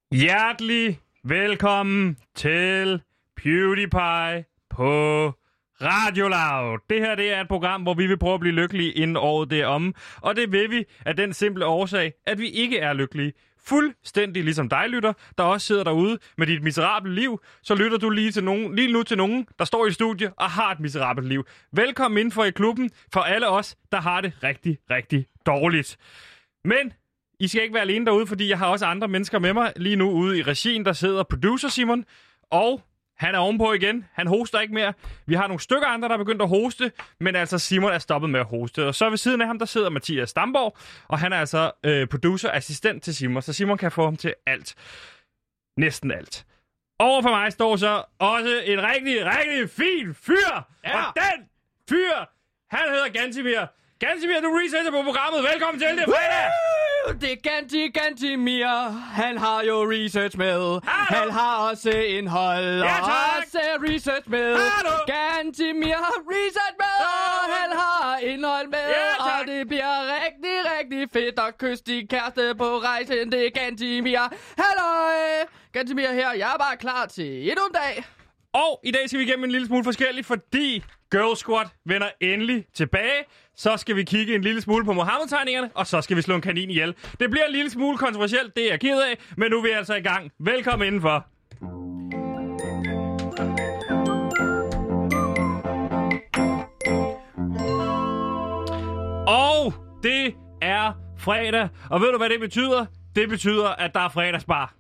Hjertelig velkommen til PewDiePie på Radio Loud. Det her det er et program, hvor vi vil prøve at blive lykkelige inden året det er omme. Og det vil vi af den simple årsag, at vi ikke er lykkelige. Fuldstændig ligesom dig, lytter, der også sidder derude med dit miserable liv, så lytter du lige nu til nogen, der står i studiet og har et miserabelt liv. Velkommen indenfor i klubben for alle os, der har det rigtig, rigtig dårligt. Men I skal ikke være alene derude, fordi jeg har også andre mennesker med mig lige nu ude i regien. Der sidder producer Simon, og han er ovenpå igen. Han hoster ikke mere. Vi har nogle stykker andre, der er begyndt at hoste, men altså Simon er stoppet med at hoste. Og så ved siden af ham, der sidder Mathias Stamborg, og han er altså producer-assistent til Simon, så Simon kan få ham til alt. Næsten alt. Over for mig står så også en rigtig, rigtig fin fyr. Ja. Og den fyr, han hedder Gantimir. Gantimir, du researcher på programmet. Velkommen til, det er fredag. Det er Gantimir. Han har jo research med. Hallo. Han har også indhold og også research med. Hallo. Gantimir har research med, og han har indhold med. Og det bliver rigtig, rigtig fedt at kysse din kæreste på rejsen. Det er Gantimir. Hallo. Gantimir her. Jeg er bare klar til endnu en dag. Og i dag skal vi igennem en lille smule forskelligt, fordi Girl Squad vender endelig tilbage. Så skal vi kigge en lille smule på Mohammed-tegningerne, og så skal vi slå en kanin ihjel. Det bliver en lille smule kontroversielt, det er jeg ked af, men nu er vi altså i gang. Velkommen indenfor. Og det er fredag, og ved du hvad det betyder? Det betyder, at der er fredagsbar.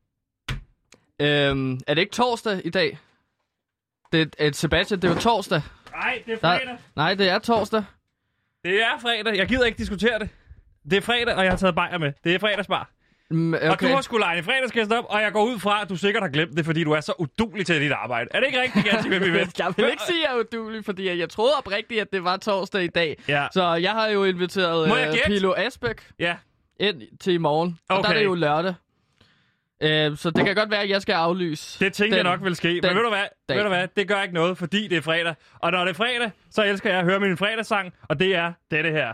Er det ikke torsdag i dag? Sebastian, det er jo torsdag. Nej, det er fredag. Nej, det er torsdag. Det er fredag. Jeg gider ikke diskutere det. Det er fredag, og jeg har taget bajer med. Det er fredagsbar. Okay. Og du har sgu lege en fredagskæst op, og jeg går ud fra, at du sikkert har glemt det, fordi du er så uduelig til dit arbejde. Er det ikke rigtigt, Gantimir, vi ved? Jeg vil ikke sige, at jeg er uduelig, fordi jeg troede oprigtigt, at det var torsdag i dag. Ja. Så jeg har jo inviteret Pilo Asbæk ind til i morgen. Og der er det jo lørdag. Så det kan godt være, at jeg skal aflyse. Det tænker jeg nok vil ske. Men ved du hvad? Det gør ikke noget, fordi det er fredag. Og når det er fredag, så elsker jeg at høre min fredagssang, og det er dette her.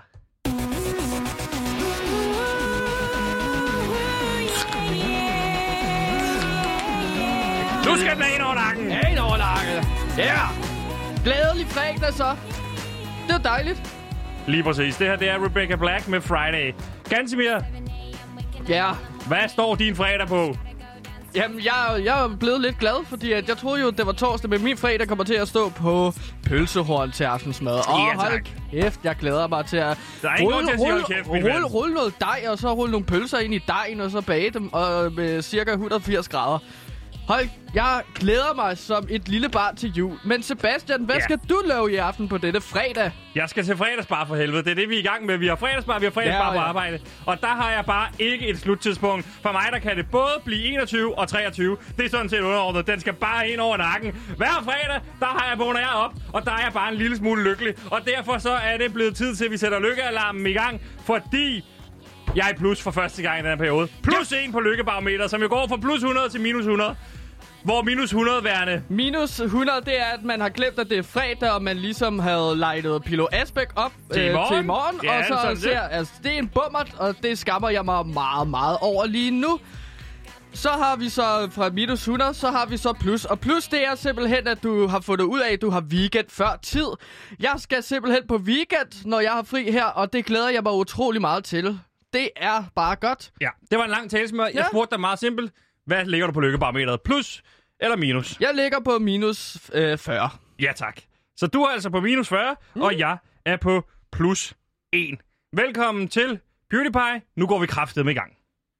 Nu skal den ind over nakken! Ind over nakken! Ja! Glædelig fredag så. Det er dejligt. Lige præcis. Det her, det er Rebecca Black med Friday. Gantimir. Ja. Hvad står din fredag på? Jamen, jeg er blevet lidt glad, fordi at jeg troede jo, det var torsdag, men min fredag kommer til at stå på pølsehorn til aftensmad. Hold kæft, jeg glæder mig til at rulle noget dej, og så rulle nogle pølser ind i dejen, og så bage dem med cirka 180 grader. Jeg glæder mig som et lille barn til jul. Men Sebastian, hvad skal du lave i aften på dette fredag? Jeg skal til fredagsbar for helvede. Det er det, vi er i gang med. Vi har fredagsbar på arbejde. Og der har jeg bare ikke et sluttidspunkt. For mig, der kan det både blive 21 og 23. Det er sådan set underordnet. Den skal bare ind over nakken. Hver fredag, vågner jeg op, og der er jeg bare en lille smule lykkelig. Og derfor så er det blevet tid til, at vi sætter lykkealarmen i gang. Fordi jeg er plus for første gang i den her periode. Plus 1 på lykkebarometer, som jo går fra plus 100 til minus 100. Hvor minus 100 værende? Minus 100, det er, at man har glemt, at det er fredag, og man ligesom havde lightet Pilo Asbæk op til i morgen. Ja, og så ser det er en bummert, og det skammer jeg mig meget, meget over lige nu. Så har vi så fra minus 100, så har vi så plus. Og plus, det er simpelthen, at du har fundet ud af, at du har weekend før tid. Jeg skal simpelthen på weekend, når jeg har fri her, og det glæder jeg mig utrolig meget til. Det er bare godt. Ja, det var en lang talesmør. Jeg spurgte dig meget simpelt. Hvad ligger du på lykkebarometeret? Plus eller minus? Jeg ligger på minus 40. Ja, tak. Så du er altså på minus 40, og jeg er på plus 1. Velkommen til PewDiePie. Nu går vi kraftedeme i gang.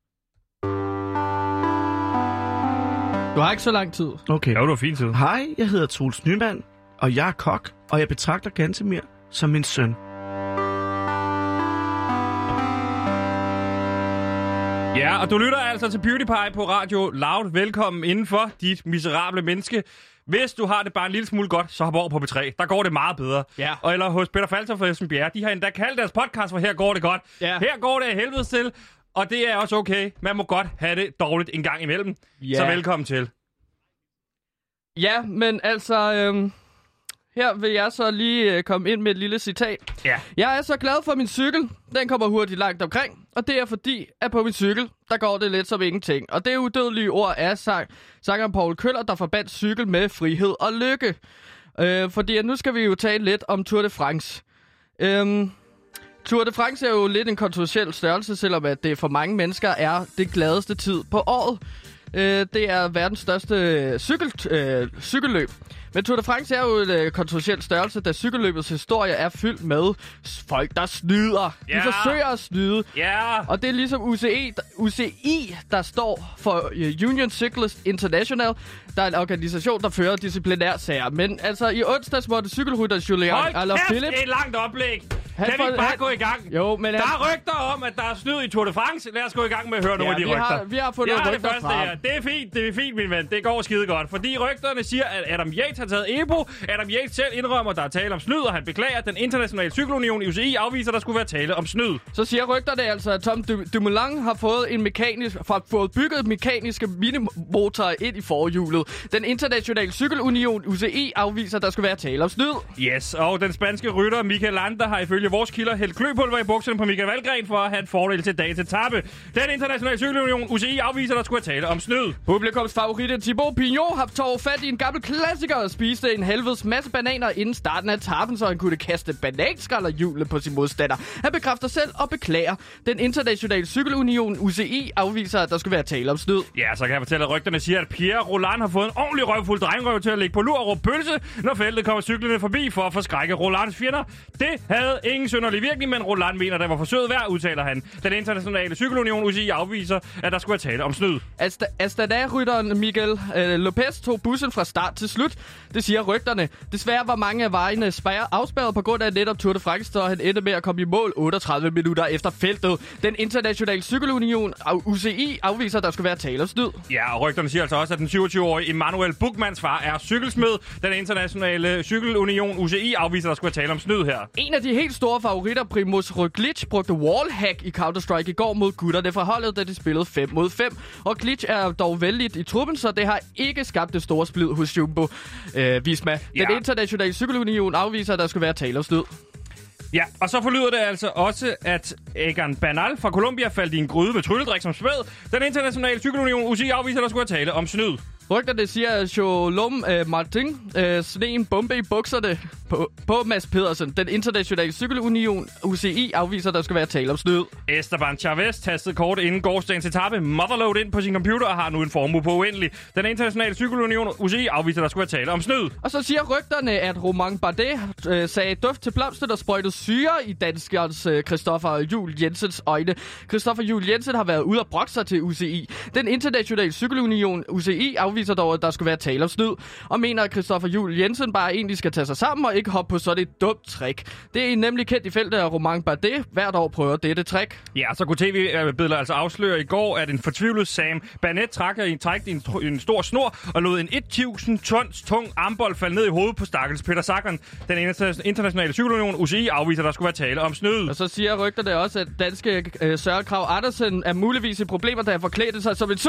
Du har ikke så lang tid. Okay. Ja, du har fin tid. Hej, jeg hedder Troels Nyman, og jeg er kok, og jeg betragter Gantimir som min søn. Ja, og du lytter altså til PewDiePie på Radio Loud. Velkommen indenfor, dit miserable menneske. Hvis du har det bare en lille smule godt, så hop over på B3. Der går det meget bedre. Ja. Og eller hos Peter Faltoft og Esben Bjerre. De har endda kaldt deres podcast, for her går det godt. Ja. Her går det af helvedes til, og det er også okay. Man må godt have det dårligt en gang imellem. Ja. Så velkommen til. Ja, men altså... Her vil jeg så lige komme ind med et lille citat. Ja. Jeg er så glad for min cykel. Den kommer hurtigt langt omkring. Og det er fordi, at på min cykel, der går det lidt som ingenting. Og det er udødelige ord af sangeren Paul Køller, der forbandt cykel med frihed og lykke. Fordi nu skal vi jo tale lidt om Tour de France. Tour de France er jo lidt en kontroversiel størrelse, selvom at det for mange mennesker er det gladeste tid på året. Det er verdens største cykelløb. Men Tour de France er jo en kontroversiel størrelse, da cykelløbets historie er fyldt med folk, der snyder. De forsøger at snyde. Og det er ligesom UCI, der står for Union Cyclist International, der er en organisation, der fører disciplinære sager. Men altså, i onsdags måtte cykelrytter Julien Alaphilippe... Hold kæft, et langt oplæg! Kan vi ikke bare gå i gang? Jo, men... Der er rygter om, at der er snyd i Tour de France. Lad os gå i gang med at høre nogle af de rygter. Vi har fundet rygter frem. Det er fint, min ven. Det går skide godt. Fordi rygterne siger, at Adam Yates har taget EPO. Adam Yates selv indrømmer, at der er tale om snyd, og han beklager, at den internationale cykelunion UCI afviser, at der skulle være tale om snyd. Så siger rygterne altså, at Tom Dumoulin har fået bygget mekaniske minimotorer ind i forhjulet. Den internationale cykelunion UCI afviser, at der skulle være tale om snyd. Yes, og den spanske rytter Michael Landa har ifølge vores kilder hældt kløpulver i bukserne på Michael Valgren for at have en fordel til dagens etape. Den internationale cykelunion UCI afviser, at der skulle være tale om snyd. Publikums favoritte Thibaut Pinot har taget fat i en gammel klassiker og spiste en helvedes masse bananer inden starten af etapen, så han kunne kaste bananskralderhjulet på sin modstander. Han bekræfter selv og beklager. Den internationale cykelunion UCI afviser, at der skulle være tale om snyd. Ja, så kan jeg fortælle, at rygterne siger, at Pierre Roland har fået en ordentlig røvfuld drengrøv til at ligge på lur og råbe pølse, når feltet kommer cyklerne forbi for at forskrække Rolands fjender. Det havde ingen synderlig virkning, men Roland mener, der var forsøget værd, udtaler han. Den internationale cykelunion UCI afviser, at der skulle være tale om snyd. Astana-rytteren Miguel Lopez tog bussen fra start til slut. Det siger rygterne. Desværre var mange af vejene afspærret på grund af netop Tour de France, så han endte med at komme i mål 38 minutter efter feltet. Den internationale cykelunion UCI afviser, at der skulle være tale om snyd. Ja, og rygterne siger altså også, at den 27-årige Emmanuel Buchmanns far er cykelsmed. Den internationale cykelunion UCI afviser, at der skulle være tale om snyd her. En af de helt store favoritter, Primož Roglič, brugte wallhack i Counter-Strike i går mod gutterne fra holdet, da de spillede 5 mod 5. Roglič er dog vældigt i truppen, så det har ikke skabt det store splid hos Jumbo Visma. Den internationale cykelunion afviser, at der skulle være tale om snyd. Ja, og så forlyder det altså også, at Egan Bernal fra Colombia faldt i en gryde med trylledrik som spæd. Den internationale cykelunion UCI afviser, at der skulle være tale om snyd. Rygterne siger, at Jolom Martin sned en bombe i bukserne på Mads Pedersen. Den internationale cykelunion UCI afviser, at der skal være tale om snyd. Esteban Chavez tastede kort inden gårsdagens etape motherload ind på sin computer og har nu en formue på uendelig. Den internationale cykelunion UCI afviser, at der skulle være tale om snyd. Og så siger rygterne, at Romain Bardet sagde duft til blomster, der sprøjtede syre i danskers Christopher Juhl Jensens øjne. Christopher Juhl Jensen har været ude og brokke sig til UCI. Den internationale cykelunion UCI afviser dog, at der skulle være tale om snyd, og mener, at Christopher Juhl Jensen bare egentlig skal tage sig sammen og ikke hoppe på sådan et dumt trick. Det er nemlig kendt i feltet, at Romain Bardet hvert år prøver dette trick. Ja, så kunne TV-billeder altså afsløre i går, at en fortvivlet Sam Bennett trækker en stor snor og lod en 1000 tons tung armbold falde ned i hovedet på stakkels Peter Sagan. Den internationale cykelunion UCI afviser, at der skulle være tale om snyd. Og så siger rygterne også, at danske Søren Kragh Andersen er muligvis i problemer, da han forklædte sig som en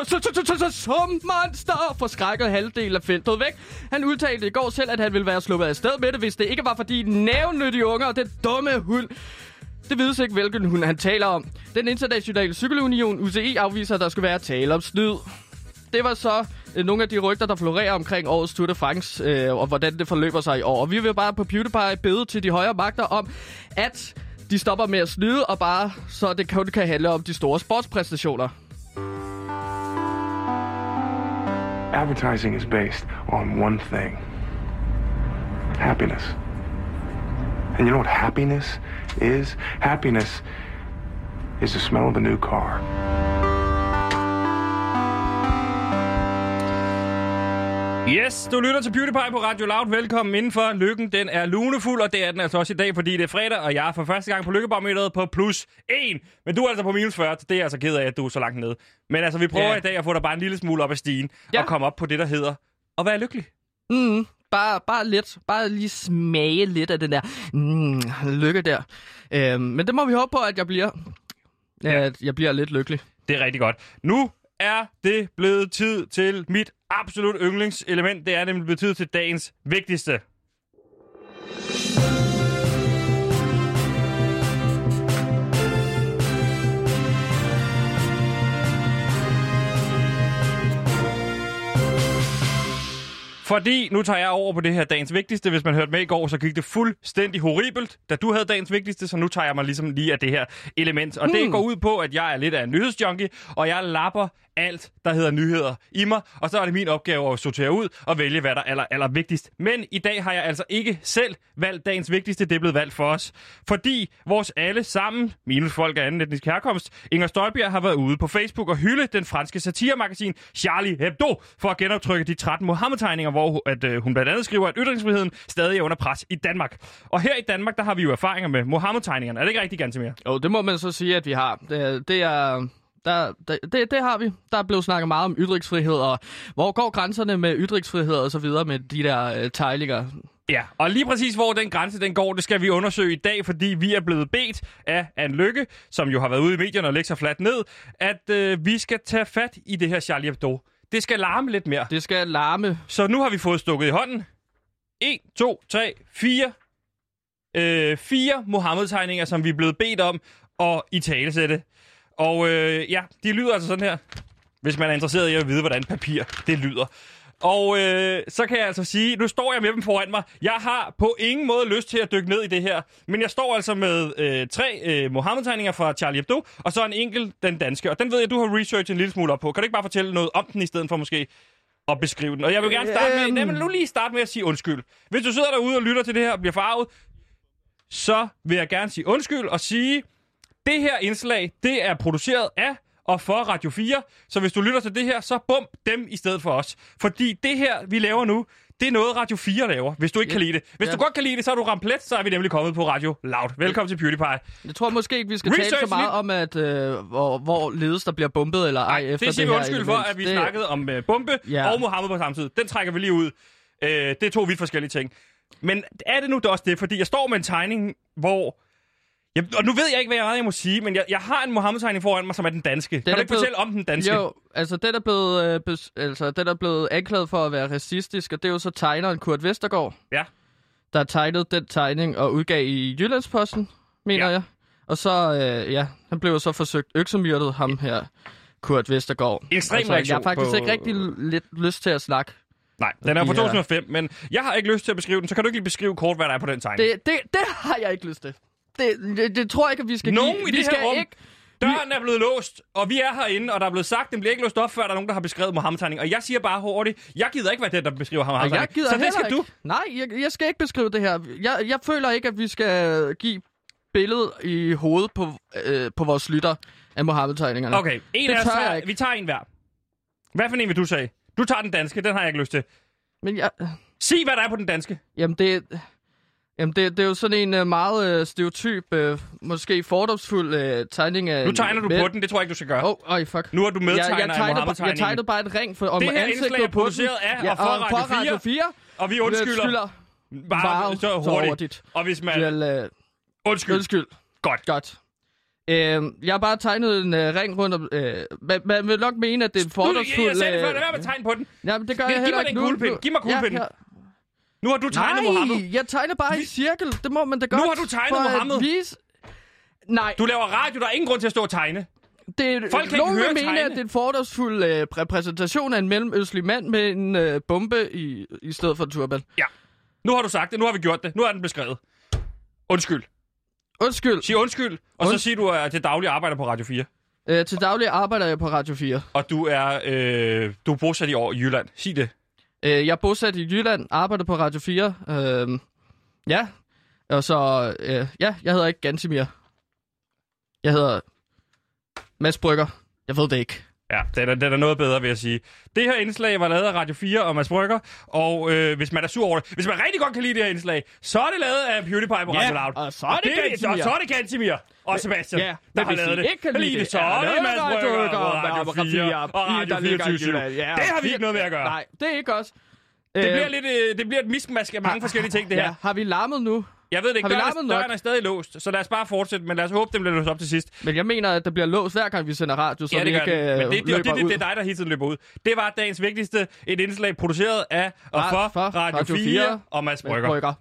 monster for skrækket halvdel af feltet væk. Han udtalte i går selv, at han ville være sluppet af sted med det, hvis det ikke var fordi nævnyttige unger og den dumme hund. Det vides ikke, hvilken hund han taler om. Den internationale cykelunion UCI afviser, at der skal være tale om snyd. Det var så nogle af de rygter, der florerer omkring årets Tour de France, og hvordan det forløber sig i år. Og vi vil bare på PewDiePie bede til de højere magter om, at de stopper med at snyde, og bare så det kun kan handle om de store sportspræstationer. Advertising is based on one thing. Happiness. And you know what happiness is? Happiness is the smell of a new car. Yes, du lytter til PewDiePie på Radio Loud. Velkommen indenfor. Lykken, den er lunefuld, og det er den altså også i dag, fordi det er fredag, og jeg er for første gang på lykkebarometeret på +1. Men du er altså på -40, det er jeg altså ked af, at du er så langt nede. Men altså, vi prøver i dag at få dig bare en lille smule op ad stigen, og komme op på det, der hedder at være lykkelig. Bare lidt. Bare lige smage lidt af den der lykke der. Men det må vi håbe på, at jeg bliver. At jeg bliver lidt lykkelig. Det er rigtig godt. Nu er det blevet tid til mit absolut yndlingselement. Det er nemlig blevet tid til dagens vigtigste. Fordi nu tager jeg over på det her dagens vigtigste. Hvis man hørte med i går, så gik det fuldstændig horribelt, da du havde dagens vigtigste, så nu tager jeg mig ligesom lige af det her element. Og det går ud på, at jeg er lidt af en nyhedsjunkie, og jeg lapper alt, der hedder nyheder i mig, og så er det min opgave at sortere ud og vælge, hvad der er aller vigtigst. Men i dag har jeg altså ikke selv valgt dagens vigtigste, det er blevet valgt for os. Fordi vores alle sammen, minus folk af anden etnisk herkomst, Inger Støjberg har været ude på Facebook og hylde den franske satiremagasin Charlie Hebdo for at genoptrykke de 13 Mohammed-tegninger, hvor hun blandt andet skriver, at ytringsfriheden stadig er under pres i Danmark. Og her i Danmark, der har vi jo erfaringer med Mohammed-tegningerne. Er det ikke rigtig ganske mere? Jo, det må man så sige, at vi har. Det har vi. Der er blevet snakket meget om ytringsfrihed, og hvor går grænserne med ytringsfrihed og så videre med de der tegninger. Ja, og lige præcis hvor den grænse den går, det skal vi undersøge i dag, fordi vi er blevet bedt af Anne Lykke, som jo har været ude i medierne og lægger sig fladt ned, at vi skal tage fat i det her Charlie Hebdo. Det skal larme lidt mere. Det skal larme. Så nu har vi fået stukket i hånden 1, 2, 3, 4 Mohammed-tegninger, som vi er blevet bedt om at italesætte. Og ja, de lyder altså sådan her, hvis man er interesseret i at vide, hvordan papir det lyder. Og så kan jeg altså sige, nu står jeg med dem foran mig. Jeg har på ingen måde lyst til at dykke ned i det her. Men jeg står altså med 3 Mohammed-tegninger fra Charlie Hebdo, og så en enkelt, den danske. Og den ved jeg, du har researchet en lille smule op på. Kan du ikke bare fortælle noget om den, i stedet for måske at beskrive den? Og jeg vil gerne starte med at sige undskyld. Hvis du sidder derude og lytter til det her og bliver farvet, så vil jeg gerne sige undskyld og sige, det her indslag, det er produceret af og for Radio 4. Så hvis du lytter til det her, så bump dem i stedet for os. Fordi det her, vi laver nu, det er noget Radio 4 laver, hvis du ikke kan lide det. Hvis du godt kan lide det, så er du ramt plet, så er vi nemlig kommet på Radio Loud. Velkommen til PewDiePie. Jeg tror måske ikke, vi skal tale så meget om, at hvor ledes der bliver bumpet eller ej efter det her. Det siger vi undskyld for, at vi snakkede om bombe og Mohammed på samme tid. Den trækker vi lige ud. Det er 2 vidt forskellige ting. Men er det nu også det? Fordi jeg står med en tegning, hvor... og nu ved jeg ikke, hvad jeg må sige, men jeg har en Mohammed-tegning foran mig, som er den danske. Kan du ikke fortælle om den danske? Jo, altså den er blevet anklaget for at være racistisk, og det er jo så tegneren Kurt Vestergaard, der har tegnet den tegning og udgav i Jyllandsposten, mener jeg. Og så, han blev jo så forsøgt øksemyrdet, ham her, Kurt Vestergaard. Ekstrem reaktion. Jeg har faktisk ikke rigtig lidt lyst til at snakke. Nej, den er fra 2005, men jeg har ikke lyst til at beskrive den, så kan du ikke lige beskrive kort, hvad der er på den tegning? Det har jeg ikke lyst til. Det tror jeg ikke, at vi skal nogen give. I det her rum. Døren er blevet låst, og vi er herinde, og der er blevet sagt, den bliver ikke låst op, før der er nogen, der har beskrevet Mohammed-tegning. Og jeg siger bare hurtigt, jeg gider ikke være den, der beskriver Mohammed-tegning. Så det skal du. Nej, jeg skal ikke beskrive det her. Jeg føler ikke, at vi skal give billedet i hovedet på vores lytter af Mohammed-tegningerne. Okay, vi tager en hver. Hvad for en vil du sige? Du tager den danske, den har jeg ikke lyst til. Men sig, hvad der er på den danske. Jamen, det er jo sådan en meget stereotyp, måske fordomsfuld tegning af... Nu tegner du på den, det tror jeg ikke, du skal gøre. Fuck. Nu er du medtegner af Mohammed-tegningen. Jeg tegnede bare et ring om ansigtet på den. Det her indslag er produceret af og for Radio 4. Og vi undskylder bare så hurtigt. Og hvis man... Undskyld. Godt. Jeg har bare tegnet en ring rundt om... man vil nok mene, at det er en fordomsfuld... Jeg sagde det før, lad være med at tegne på den. Jamen, det gør jeg heller ikke nu. Giv mig kuglepinden. Nu har du tegnet Mohammed. Nej, jeg tegner bare i cirkel. Det må man da godt. Nu har du tegnet Mohammed. Nej. Du laver radio, der er ingen grund til at stå og tegne. Folk kan ikke høre mene, at det er en fordomsfuld repræsentation af en mellemøstlig mand med en bombe i stedet for en turban. Ja. Nu har du sagt det. Nu har vi gjort det. Nu er den beskrevet. Undskyld. Sig undskyld, og så siger du, at til daglig arbejder på Radio 4. Til daglig arbejder jeg på Radio 4. Og du er bosat i Jylland. Sig det. Jeg er bosat i Jylland, arbejder på Radio 4. Ja, og så... jeg hedder ikke Gantimir. Jeg hedder Mads Brygger. Jeg ved det ikke. Ja, det er noget bedre, vil jeg sige. Det her indslag var lavet af Radio 4 og Mads Brygger, og hvis man er sur over det... Hvis man rigtig godt kan lide det her indslag, så er det lavet af PewDiePie på Radio Loud. Og så er det Gantimir. Og så er det Gantimir og Sebastian, der har lavet det. Ikke kan lide det. Så er det Mads Brygger og Radio 4 og Radio 24. Det har vi ikke noget med at gøre. Nej, det er ikke os. Det bliver et miskmask af mange forskellige ting, det her. Ja, har vi larmet nu? Jeg ved det ikke. Døren er stadig låst, så lad os bare fortsætte, men lad os håbe, den bliver låst op til sidst. Men jeg mener, at der bliver låst hver gang, vi sender radio, så vi ikke løber ud. Det er dig, der hele tiden løber ud. Det var dagens vigtigste. Et indslag produceret af og for Radio 4 og Mads Brygger.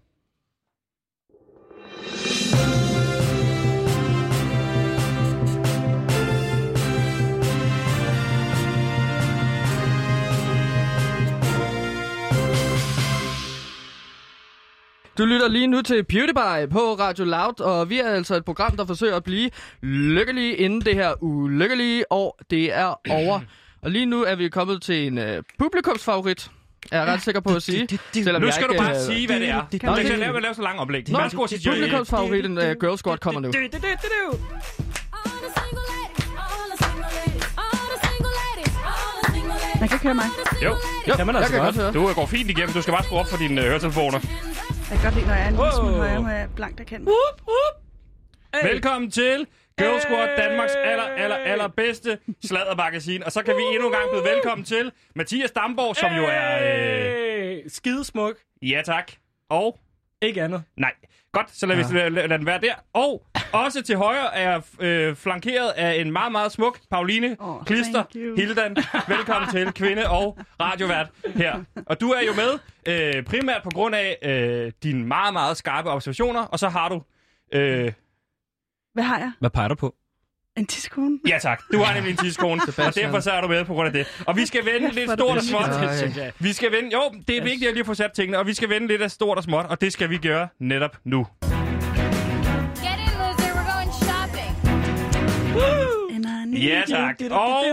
Du lytter lige nu til PewDiePie på Radio Loud, og vi er altså et program, der forsøger at blive lykkelige, inden det her ulykkelige år, det er over. Og lige nu er vi kommet til en publikumsfavorit, er jeg ret sikker på at sige. Nu skal du bare sige, hvad det er. Nå, det kan lave så lang oplæg. Publikumsfavoritten Girl Squad kommer nu. Man kan køre mig. Jo, kan man altså godt. Du går fint igennem. Du skal bare skrue op for dine høretelefoner. Jeg kan godt lide, når jeg er en lille smule højere med blankt erkendelse. Velkommen til Girl Squad, Danmarks allerbedste sladdermagasin. Og så kan vi endnu en gang byde velkommen til Mathias Damborg, som jo er... Skidesmuk. Ja, tak. Og... Ikke andet. Nej. Godt, så lad den være der. Og også til højre er flankeret af en meget, meget smuk Pauline Klister Hildan. Velkommen til kvinde og radiovært her. Og du er jo med primært på grund af dine meget, meget skarpe observationer. Og så har du... Hvad har jeg? Hvad peger du på? En tidskone? Ja tak, du har nemlig en tidskone, og derfor så er du med på grund af det. Og vi skal vende lidt stort og småt. Vi skal vende, jo, det er vigtigt at lige få sat tingene, og vi skal vende lidt af stort og småt, og det skal vi gøre netop nu. Get in, loser, we're going shopping. Ja tak, og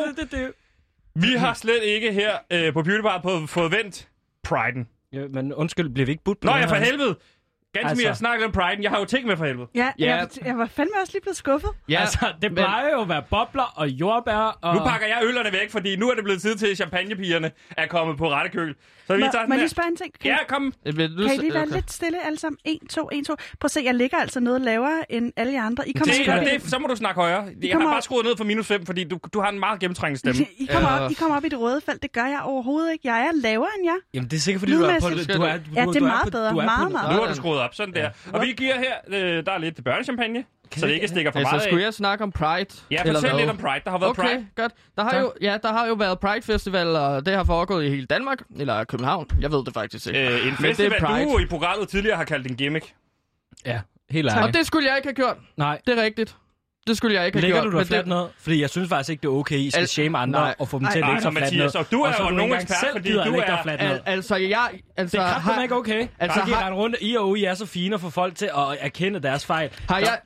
vi har slet ikke her på PewDiePie fået vendt Pride'en. Ja, men undskyld, bliver vi ikke budt på Nå ja, for helvede! Ganske mere snakket om Pride'en. Jeg har jo tænkt med for helvede. Ja, jeg var fandme også lige blevet skuffet. Ja, altså, det plejer jo at være bobler og jordbær og... Nu pakker jeg øllerne væk, fordi nu er det blevet tid til, at champagnepigerne er kommet på rette køl. Så vi tager den må jeg lige spørge en ting? Ja, kom. Kan I lige være lidt stille alle sammen? 1, 2, 1, 2. Prøv at se, jeg ligger altså noget lavere end alle jer andre. I kommer så må du snakke højere. Jeg har bare skruet ned for -5, fordi du har en meget gennemtrængende stemme. I kommer op i det røde felt. Det gør jeg overhovedet ikke. Jeg er lavere end jer. Jamen, det er sikkert, fordi du er på det. Ja, det er meget bedre. Meget. Nu har du skruet op, sådan der. Og vi giver her, der er lidt børnechampagne. Så det ikke stikker for meget af. Så skulle jeg snakke om Pride? Ja, fortæl lidt om Pride. Der har været Pride. Godt. Der har jo været Pride Festival, og det har foregået i hele Danmark. Eller København. Jeg ved det faktisk ikke. En festival, du i programmet tidligere har kaldt en gimmick. Ja, helt ærligt. Og det skulle jeg ikke have gjort. Nej. Det er rigtigt. Det skulle jeg ikke have gjort. Lægger du dig fladt ned? Fordi jeg synes faktisk ikke, det er okay, I skal shame andre og få dem til at lægge sig fladt ned. Og du er jo nogen ekspert, fordi du er fladt ned. Altså, det er kraftigt ikke okay. Altså, giver en runde. I og I er så fine at få folk til at erkende deres fejl. Har jeg...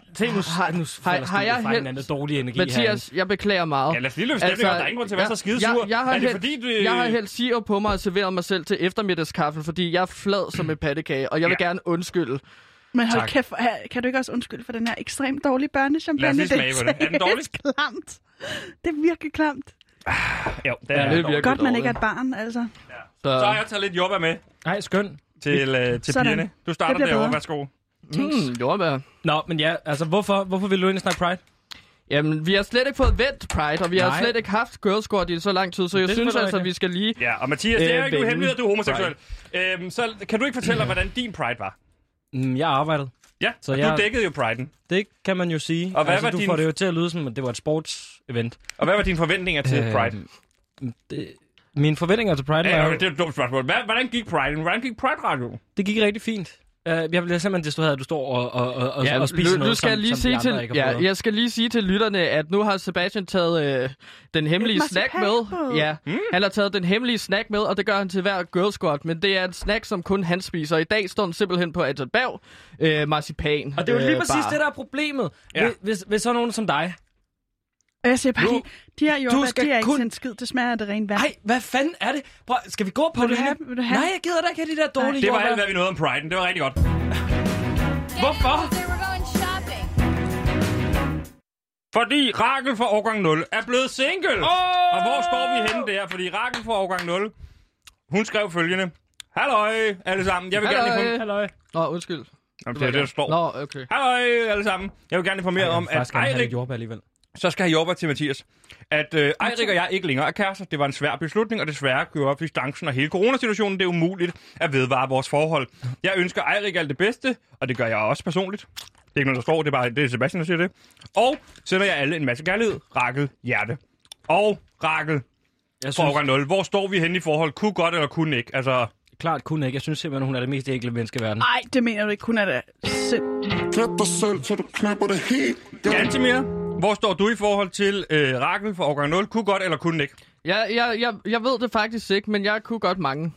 Har jeg helt dårlig energi her? Mathias, jeg beklager meget. Ja, lad os lige løbe stemning, og der er ingen grund til at være så skidesur. Jeg har helt sirup på mig og serveret mig selv til eftermiddagskaffe, fordi jeg er flad som en pattekage, og jeg vil gerne undskylde. Men hold kæft, kan du ikke også undskylde for den her ekstremt dårlige børnechampagne? Lad os lige smage på det. Er den dårlig? Klamt. Det er virkelig klamt. Jo, det er virkelig godt, man ikke er et barn, altså. Ja. Så har jeg taget lidt jordbær med. Nej, skøn. Til pigerne. Du starter derovre, værsgo. Jordbær. Nå, men ja, altså hvorfor vil du egentlig snakke Pride? Jamen, vi har slet ikke fået vendt Pride, og vi har slet ikke haft Girl Squad i så lang tid, så jeg synes altså, at vi skal lige... Ja, og Mathias, det er jo ikke hemmeligt, at du er homoseksuel. Så kan du ikke fortælle hvordan din Pride var? Jeg arbejdede. Ja, så du dækkede jo Pride'en. Det kan man jo sige. Og hvad var du får det jo til at lyde som, at det var et sportsevent. Og hvad var dine forventninger til Pride? Mine forventninger til Pride var... Det er et dumt spørgsmål. Hvordan gik Pride? Hvordan gik Pride-radio? Det gik rigtig fint. Jeg bliver simpelthen distraheret, at du står og spiser noget, jeg skal lige sige til lytterne, at nu har Sebastian taget den hemmelige snack med. Ja, han har taget den hemmelige snack med, og det gør han til hver Girl Squad. Men det er en snack, som kun han spiser. I dag står han simpelthen på et bag marcipan. Og det er jo lige præcis det, der er problemet. Ja. Hvis så nogen som dig... Jeg siger bare de her jordbær, de er ikke sådan skid. Det smager af det rene vand. Nej, hvad fanden er det? Prøv, skal vi gå på det her? Nej, jeg gider da ikke have de der dårlige jordbær. Det var alt, hvad vi nåede om Pride'en. Det var rigtig godt. Hvorfor? Fordi Rakel fra årgang 0 er blevet single. Og hvor står vi henne der? Fordi Rakel fra årgang 0, hun skrev følgende. Halløj, alle sammen. Jeg vil gerne informere... Halløj. Nå, undskyld. Jamen, det er det, der står. Nå, okay. Halløj, alle sammen. Jeg vil gerne informere om, at Eirik... Så skal jeg jobbe til Mathias. At Eirik og jeg ikke længere er kærester. Det var en svær beslutning, og desværre gjorde distancen og hele coronasituationen det er umuligt at vedvare vores forhold. Jeg ønsker Eirik alt det bedste, og det gør jeg også personligt. Det er ikke noget, der står, det er Sebastian, der siger det. Og sender jeg alle en masse kærlighed. Rakel, hjerte. Og Rakel fra årgang 0. Hvor står vi henne i forhold? Kunne godt eller kunne ikke? Altså... Klart kunne ikke. Jeg synes simpelthen, hun er det mest ægle menneske i verden. Nej, det mener du ikke. Hun er det selv. Klap dig selv, så du klapper det helt. Gantemir, hvor står du i forhold til Rakel fra årgang 0? Kunne godt eller kunne ikke? Jeg ved det faktisk ikke, men jeg kunne godt mange.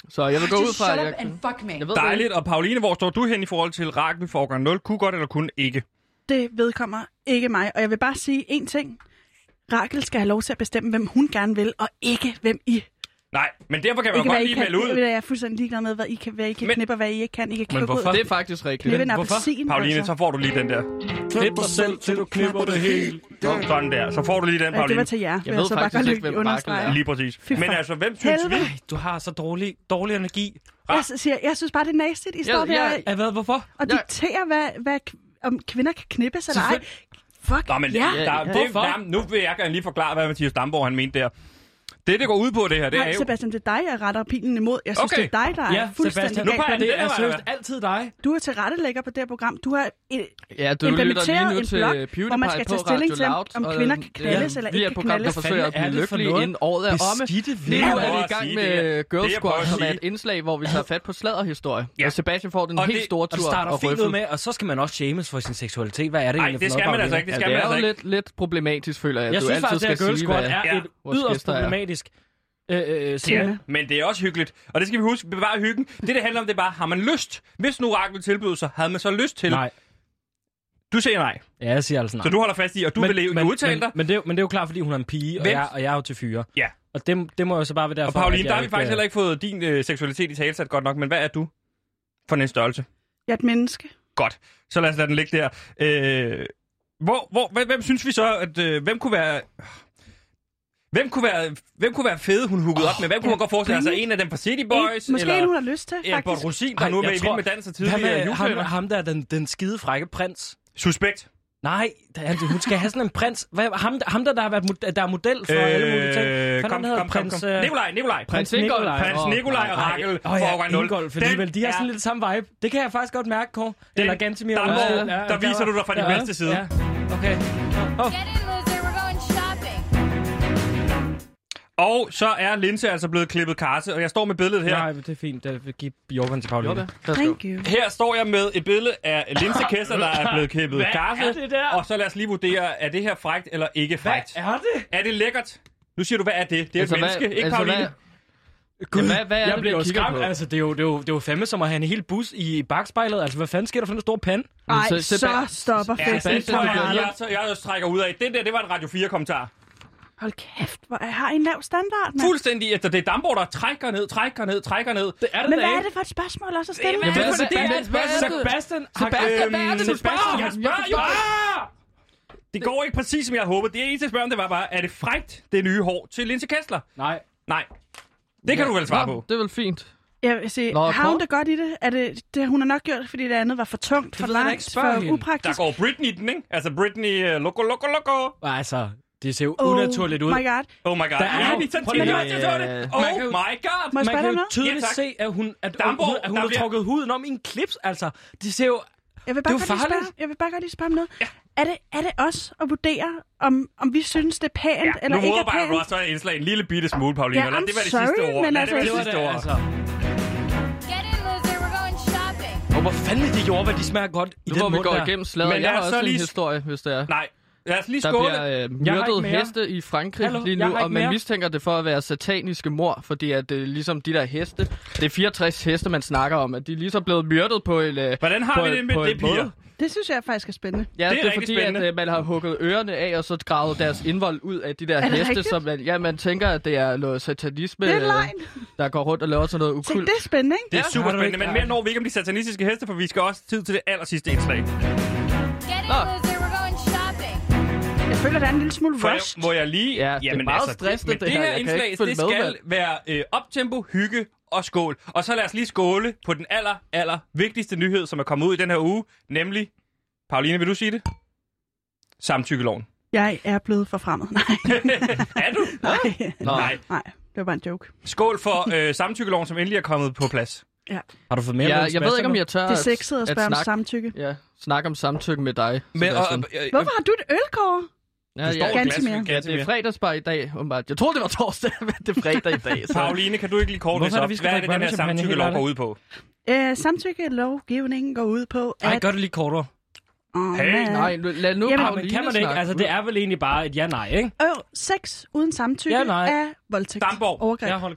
Så jeg vil gå ud fra... Shut up and fuck me. Jeg ved Dejligt. Og Pauline, hvor står du hen i forhold til Rakel for årgang 0? Kunne godt eller kunne ikke? Det vedkommer ikke mig. Og jeg vil bare sige én ting. Rakel skal have lov til at bestemme, hvem hun gerne vil, og ikke hvem I. Nej, men derfor kan man jo godt lige melde ud. Jeg er fuldstændig ligeglad med, hvad I kan knippe, og hvad I ikke kan. I kan men hvorfor? Det er faktisk rigtigt. Knippe en appelsin. Pauline, så får du lige den der. Knip dig selv, til du knipper det helt. Sådan der. Så får du lige den, Pauline. Det var til jer. Jeg ved så faktisk ikke, hvem Rakel er. Lige præcis. Men altså, hvem synes vi? Du har så dårlig energi. Jeg synes bare, det er nastigt. I står der Hvorfor? og dikterer, om kvinder kan knippes eller ej. Fuck, Nå, men nu vil jeg gerne lige forklare, hvad Mathias Damborg han mente der. Det går ud på det her, det er jo... Sebastian, det er dig, jeg retter pilen imod. Jeg synes, det er dig, der er fuldstændig galt. Det er seriøst altid dig. Du er tilrettelægger på det her program. Du har implementeret en blog, hvor man skal tage stilling til, om kvinder kan knaldes eller ikke kan knaldes. Vi er et program, der forsøger at blive lykkelige, inden året er omme. Lige nu er vi i gang med Girl Squad, som er et indslag, hvor vi tager fat på sladderhistorie. Og Sebastian får den helt store tur. Og starter fint ud med, og så skal man også shames for sin seksualitet. Hvad er det egentlig for noget? Nej, det skal man altså ikke. Det er jo lidt problematisk, føler jeg. Jeg synes faktisk, at Girl Squad er et yderst problematisk ja, men det er også hyggeligt. Og det skal vi huske, bevare hyggen. Det handler om, det er bare, har man lyst? Hvis nu Rakel tilbyder sig, havde man så lyst til? Nej. Du siger nej. Ja, jeg siger altså nej. Så du holder fast i, og du vil udtale dig? Men det er jo klart, fordi hun er en pige, og jeg er jo til fyre. Ja. Og det må jo så bare være derfor. Og Pauline, der har vi faktisk heller ikke fået din seksualitet i talesat godt nok, men hvad er du for en størrelse? Jeg er et menneske. Godt. Så lad os lade den ligge der. Hvem synes vi så, at hvem kunne være... Hvem kunne være fede, hun hookede op med? Hvem kunne man godt forestille sig? Altså en af dem fra City Boys? Måske eller en, hun har lyst til, faktisk. Bort Rosin, der nu er med i Vild med Dans og tidligere. Ham der, den skide frække prins. Suspekt. Nej, hun skal have sådan en prins. Ham der har været der er model for alle mulige ting. Kom. Nikolaj. Prins Nikolaj og Rakel for årgang 0. Ingolf alligevel. De har sådan lidt samme vibe. Det kan jeg faktisk godt mærke, Kåre. Eller Gantemir. Der viser du dig fra din bedste side. Ja. Okay. Og så er Linse altså blevet klippet karse, og jeg står med billedet her. Nej, det er fint. Jeg vil give Jorgen til Pauline. Thank you. Her står jeg med et billede af Linse Kessler, der er blevet klippet karse. Og så lad os lige vurdere, er det her frækt eller ikke frækt? Hvad er det? Er det lækkert? Nu siger du, hvad er det? Det er et menneske, ikke Pauline? Hvad er det, bliver jo skræmt. Altså, det er jo fandme som at have en hel bus i bagspejlet. Altså, hvad fanden sker der for en stor pande? Ej, så stopper festen. Jeg trækker ud af. Det var en Radio 4-kommentar. Hold kæft, hvor har I en lav standard, mand. Fuldstændig efter det er Damborg, der trækker ned. Det er det. Men hvad er det for et spørgsmål også at stille? Sebastian, det går ikke præcis, som jeg håbede. Det eneste spørgsmål, det var bare, er det frækt, det nye hår til Linse Kessler? Nej. Det kan du vel svare på. Det er vel fint. Jeg vil sige, har hun det godt i det? Er det hun har nok gjort, fordi det andet var for tungt, for langt, for upraktisk? Der går Britney i den, ikke? Altså Britney, loco. Altså... Det ser jo unaturligt ud. Oh my god. Oh my god. Der er jo... Oh my god. Man kan jo tydeligt se, at hun har trukket huden om i en klips. Altså, det ser jo... Jeg vil bare godt lige spørge om noget. Ja. Er det os at vurdere, om vi synes, det er pænt eller ikke er pænt? Nu modarbejder du også indslag en lille bitte smule, Pauline. Ja, det var det sidste ord. Men altså, det var det sidste ord. Get in, loser. We're going shopping. Og hvor fanden de gjorde, hvad de smager godt i den mund der. Nu hvor vi går igennem slaget. Jeg har også en historie, hvis det er. Nej. Lad os lige skåle. Der bliver myrdet heste i Frankrig lige nu, og man mistænker det for at være sataniske mord, fordi at ligesom de der heste, det er 64 heste, man snakker om, at de er ligesom blevet myrdet på en Hvordan har vi det med det, piger? Det synes jeg faktisk er spændende. Ja, det er fordi, at man har hugget ørerne af, og så gravet deres indvold ud af de der heste, som man tænker, at det er noget satanisme, der går rundt og laver sådan noget ukult. Det er spændende, ikke? Det er super spændende, men mere når vi ikke om de satanistiske heste, for vi skal også tid til det allersidste indslag. Get in, loser. We're going shopping. Jeg føler, der er en lille smule rush. Må jeg lige... Ja, det er meget stressende, det her indslag, det skal være optempo, hygge og skål. Og så lad os lige skåle på den aller vigtigste nyhed, som er kommet ud i den her uge, nemlig... Pauline, vil du sige det? Samtykkeloven. Jeg er blevet forfremmet. Nej. Er du? Nej, det var bare en joke. Skål for samtykkeloven, som endelig er kommet på plads. Ja. Har du fået mere? Jeg ved ikke, om jeg tør det er sexet at spørge om samtykke. Ja, snakke om samtykke med dig. Hvorfor har du et ølkår? Ja, det er fredagsbar i dag. Jeg troede, det var torsdag, men det er fredag i dag. Så. Pauline, kan du ikke lige kort det op? Hvad er det, den her samtykkelov går ud på? Samtykkelovgivningen går ud på, at... Nej, gør det lige kortere. Nej, lad nu Pauline kan man ikke? Altså, det er vel egentlig bare et ja-nej, ikke? Sex uden samtykke er voldtægt. Damborg. Overgreb. Ja, hold kæft.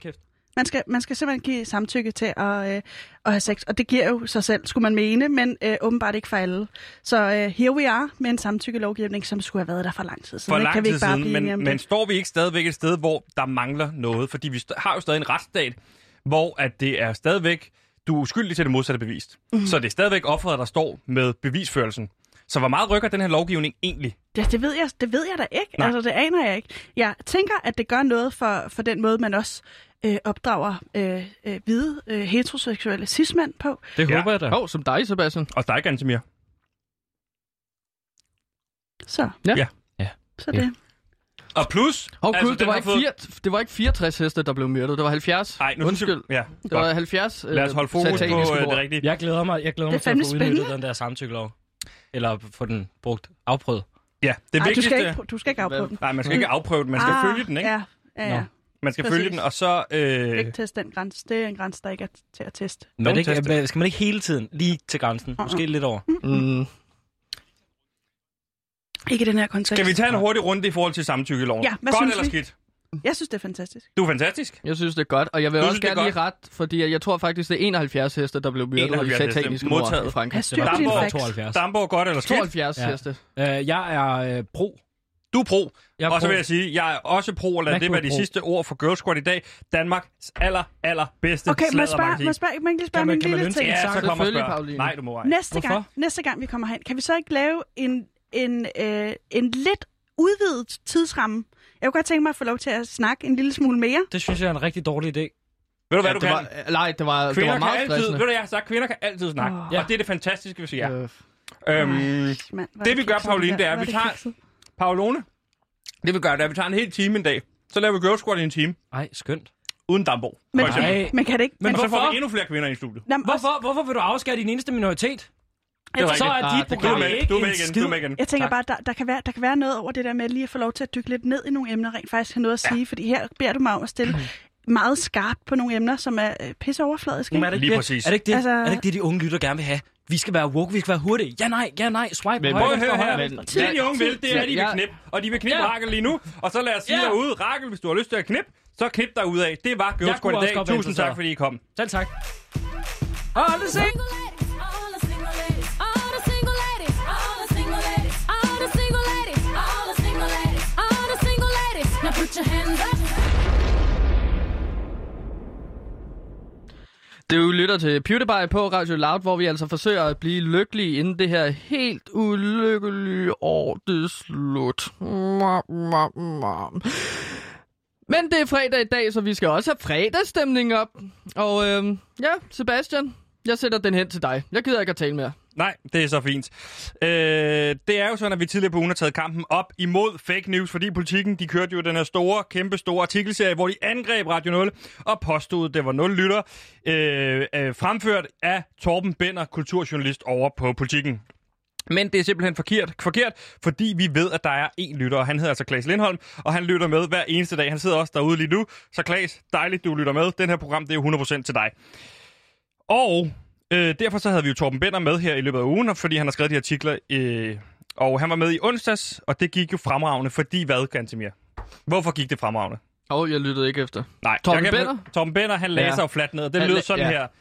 Man skal simpelthen give samtykke til at have sex, og det giver jo sig selv, skulle man mene, men åbenbart ikke for alle. Så here we are med en samtykkelovgivning, som skulle have været der for lang tid siden. For lang tid siden, men står vi ikke stadigvæk et sted, hvor der mangler noget? Fordi vi har jo stadig en retsstat, hvor at det er stadigvæk, du er uskyldig til det modsatte bevist. Så det er stadigvæk offeret, der står med bevisførelsen. Så hvor meget rykker den her lovgivning egentlig? Ja, det ved jeg da ikke. Nej. Altså, det aner jeg ikke. Jeg tænker, at det gør noget for den måde, man også opdrager hvide heteroseksuelle cis-mænd på. Det håber jeg da. Som dig, Sebastian. Og dig, Gantemir. Så. Ja. Så det. Og plus... Gud, det var ikke 64 heste, der blev myrdet. Det var 70. Nej, undskyld. Ja, det var 70. Lad os holde fokus på det rigtige. Jeg glæder mig til at få udnyttet den der samtykkelov. Eller få den brugt afprøvet. Ja, det vigtigste... Du skal ikke afprøve den. Nej, man skal ikke afprøve den. Man skal følge den, ikke? Ja. Man skal følge den, og så... Ikke teste den grænse. Det er en grænse, der ikke er til at teste. Men skal man ikke hele tiden lige til grænsen? Måske lidt over. Ikke i den her kontekst. Skal vi tage en hurtig runde i forhold til samtykkeloven? Ja, hvad godt synes eller vi? skidt? Jeg synes, det er fantastisk. Du er fantastisk. Jeg synes, det er godt, og jeg vil også gerne lige ret, fordi jeg tror faktisk, det er 71 heste, der blev myrdet i sataniske mord i Frankrig. Damborg, godt eller skidt? 72 heste. Jeg er pro. Du er pro. Og så vil jeg sige, jeg er også pro, og lad det være de sidste ord for Girl Squad i dag. Danmarks bedste okay, må jeg spørge min lille ting? Ja, så kommer spørg. Pauline. Nej, du må ej. Næste gang vi kommer hen, kan vi så ikke lave en lidt udvidet tidsramme? Jeg kunne godt tænke mig at få lov til at snakke en lille smule mere. Det synes jeg er en rigtig dårlig idé. Ved du hvad, du kan? Nej, det var meget stressende. Ved du, jeg har sagt, kvinder kan altid snakke. Og det er det fantastiske, hvis jeg det vi gør, Pauline, det er, at vi tager... Paulone, det vi gør, det er, at vi tager en hel time en dag. Så laver vi Girl Squad i en time. Ej, skønt. Uden Damborg. Men kan det ikke... Men så får vi endnu flere kvinder i studiet. Hvorfor vil du afskære din eneste minoritet? Så er dit program ikke du med igen. Jeg tænker bare, der kan være noget over det der med lige at få lov til at dykke lidt ned i nogle emner, rent faktisk har noget at sige, fordi her beder du mig om at stille meget skarpt på nogle emner, som er pisse overfladiske. Lige præcis. Er det ikke det, de unge lytter gerne vil have? Vi skal være woke, vi skal være hurtige. Ja, nej, swipe. Men prøv at høre her. Det de unge vil, det er, de vil knippe. Og de vil knippe Rakel lige nu. Og så lad os sige derude, Rakel, hvis du har lyst til at knippe, så knip dig ud af. Det var Girl Squad i dag. Tusind tak, fordi I kom. Selv tak. Hold det sing! Du lytter til PewDiePie på Radio Loud, hvor vi altså forsøger at blive lykkelige inden det her helt ulykkelige år, det er slut. Men det er fredag i dag, så vi skal også have fredagsstemning op. Og Sebastian, jeg sætter den hen til dig. Jeg gider ikke at tale mere. Nej, det er så fint. Det er jo sådan, at vi tidligere på ugen har taget kampen op imod fake news, fordi Politikken, de kørte jo den her kæmpestore artikelserie, hvor de angreb Radio 0 og påstod, det var 0 lytter, fremført af Torben Bender, kulturjournalist over på Politikken. Men det er simpelthen forkert, fordi vi ved, at der er én lytter, og han hedder altså Claes Lindholm, og han lytter med hver eneste dag. Han sidder også derude lige nu. Så Claes, dejligt, du lytter med. Den her program, det er jo 100% til dig. Og derfor så havde vi jo Torben Bender med her i løbet af ugen, fordi han har skrevet de artikler, og han var med i onsdags, og det gik jo fremragende, fordi hvad, Gantemir? Hvorfor gik det fremragende? Jeg lyttede ikke efter. Nej, Torben Bender, han læser jo fladt ned, og det lyder sådan her.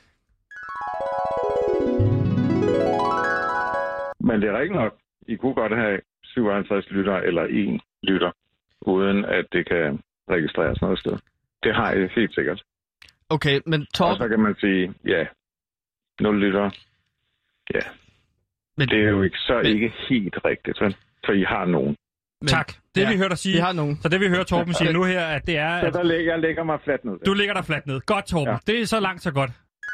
Men det er ikke nok. I kunne godt have 57 lytter eller 1 lytter, uden at det kan registreres noget sted. Det har jeg helt sikkert. Okay, men Torben... Og så kan man sige, 0 lytter. Ja. Men det er jo ikke helt rigtigt, for I har nogen. Men, tak. Det vi hørte dig sige. Vi har nogen. Så det vi hører Torben sige nu her, at det er... Så jeg lægger mig fladt ned. Du lægger dig fladt ned. Godt, Torben. Ja. Det er så langt, så godt.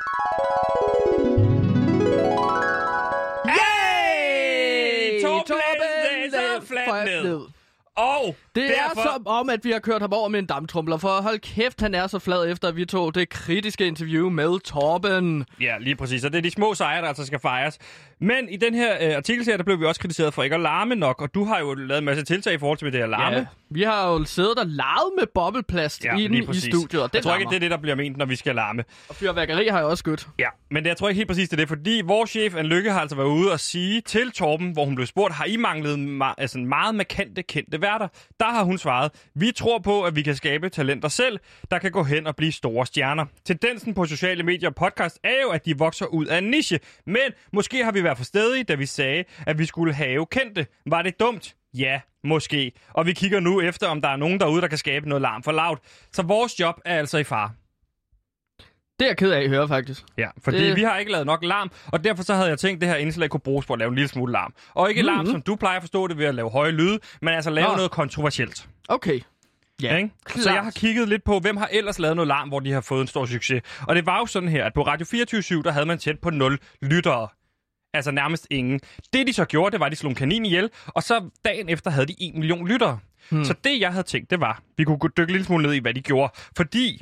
Torben læser fladt ned. Og det derfor... er som om, at vi har kørt ham over med en damptrumler, for hold kæft, han er så flad efter, at vi tog det kritiske interview med Torben. Ja, lige præcis. Og det er de små sejre, der altså skal fejres. Men i den her artikelserie, der blev vi også kritiseret for ikke at larme nok, og du har jo lavet en masse tiltag i forhold til det her larme. Ja, vi har jo siddet og larmet med bobleplast inde i studiet, og det jeg tror ikke, det er det, der bliver ment, når vi skal larme. Og fyrværkeri har jeg også skudt. Ja, men jeg tror ikke helt præcis det er det, fordi vores chef, Anne Lykke, har altså været ude og sige til Torben, hvor hun blev spurgt, har I manglet meget markante kendte værter? Der har hun svaret, vi tror på, at vi kan skabe talenter selv, der kan gå hen og blive store stjerner. Tendensen på sociale medier og podcast er jo, at de vokser ud af en niche, men måske har vi været for stedige, da vi sagde, at vi skulle have kendte. Var det dumt? Ja, måske. Og vi kigger nu efter, om der er nogen derude, der kan skabe noget larm for loud. Så vores job er altså i fare. Det er jeg ked af at høre, faktisk. Ja, fordi vi har ikke lavet nok larm, og derfor så havde jeg tænkt, at det her indslag kunne bruges på at lave en lille smule larm. Og ikke larm, som du plejer at forstå det ved at lave høje lyde, men altså lave noget kontroversielt. Okay. Ja, ikke? Så jeg har kigget lidt på, hvem har ellers lavet noget larm, hvor de har fået en stor succes. Og det var jo sådan her, at på Radio 24/7, der havde man tæt på 0 lyttere. Altså nærmest ingen. Det de så gjorde, det var, at de slog en kanin ihjel, og så dagen efter havde de 1 million lyttere. Så det jeg havde tænkt, det var, vi kunne dykke lidt smule ned i, hvad de gjorde. Fordi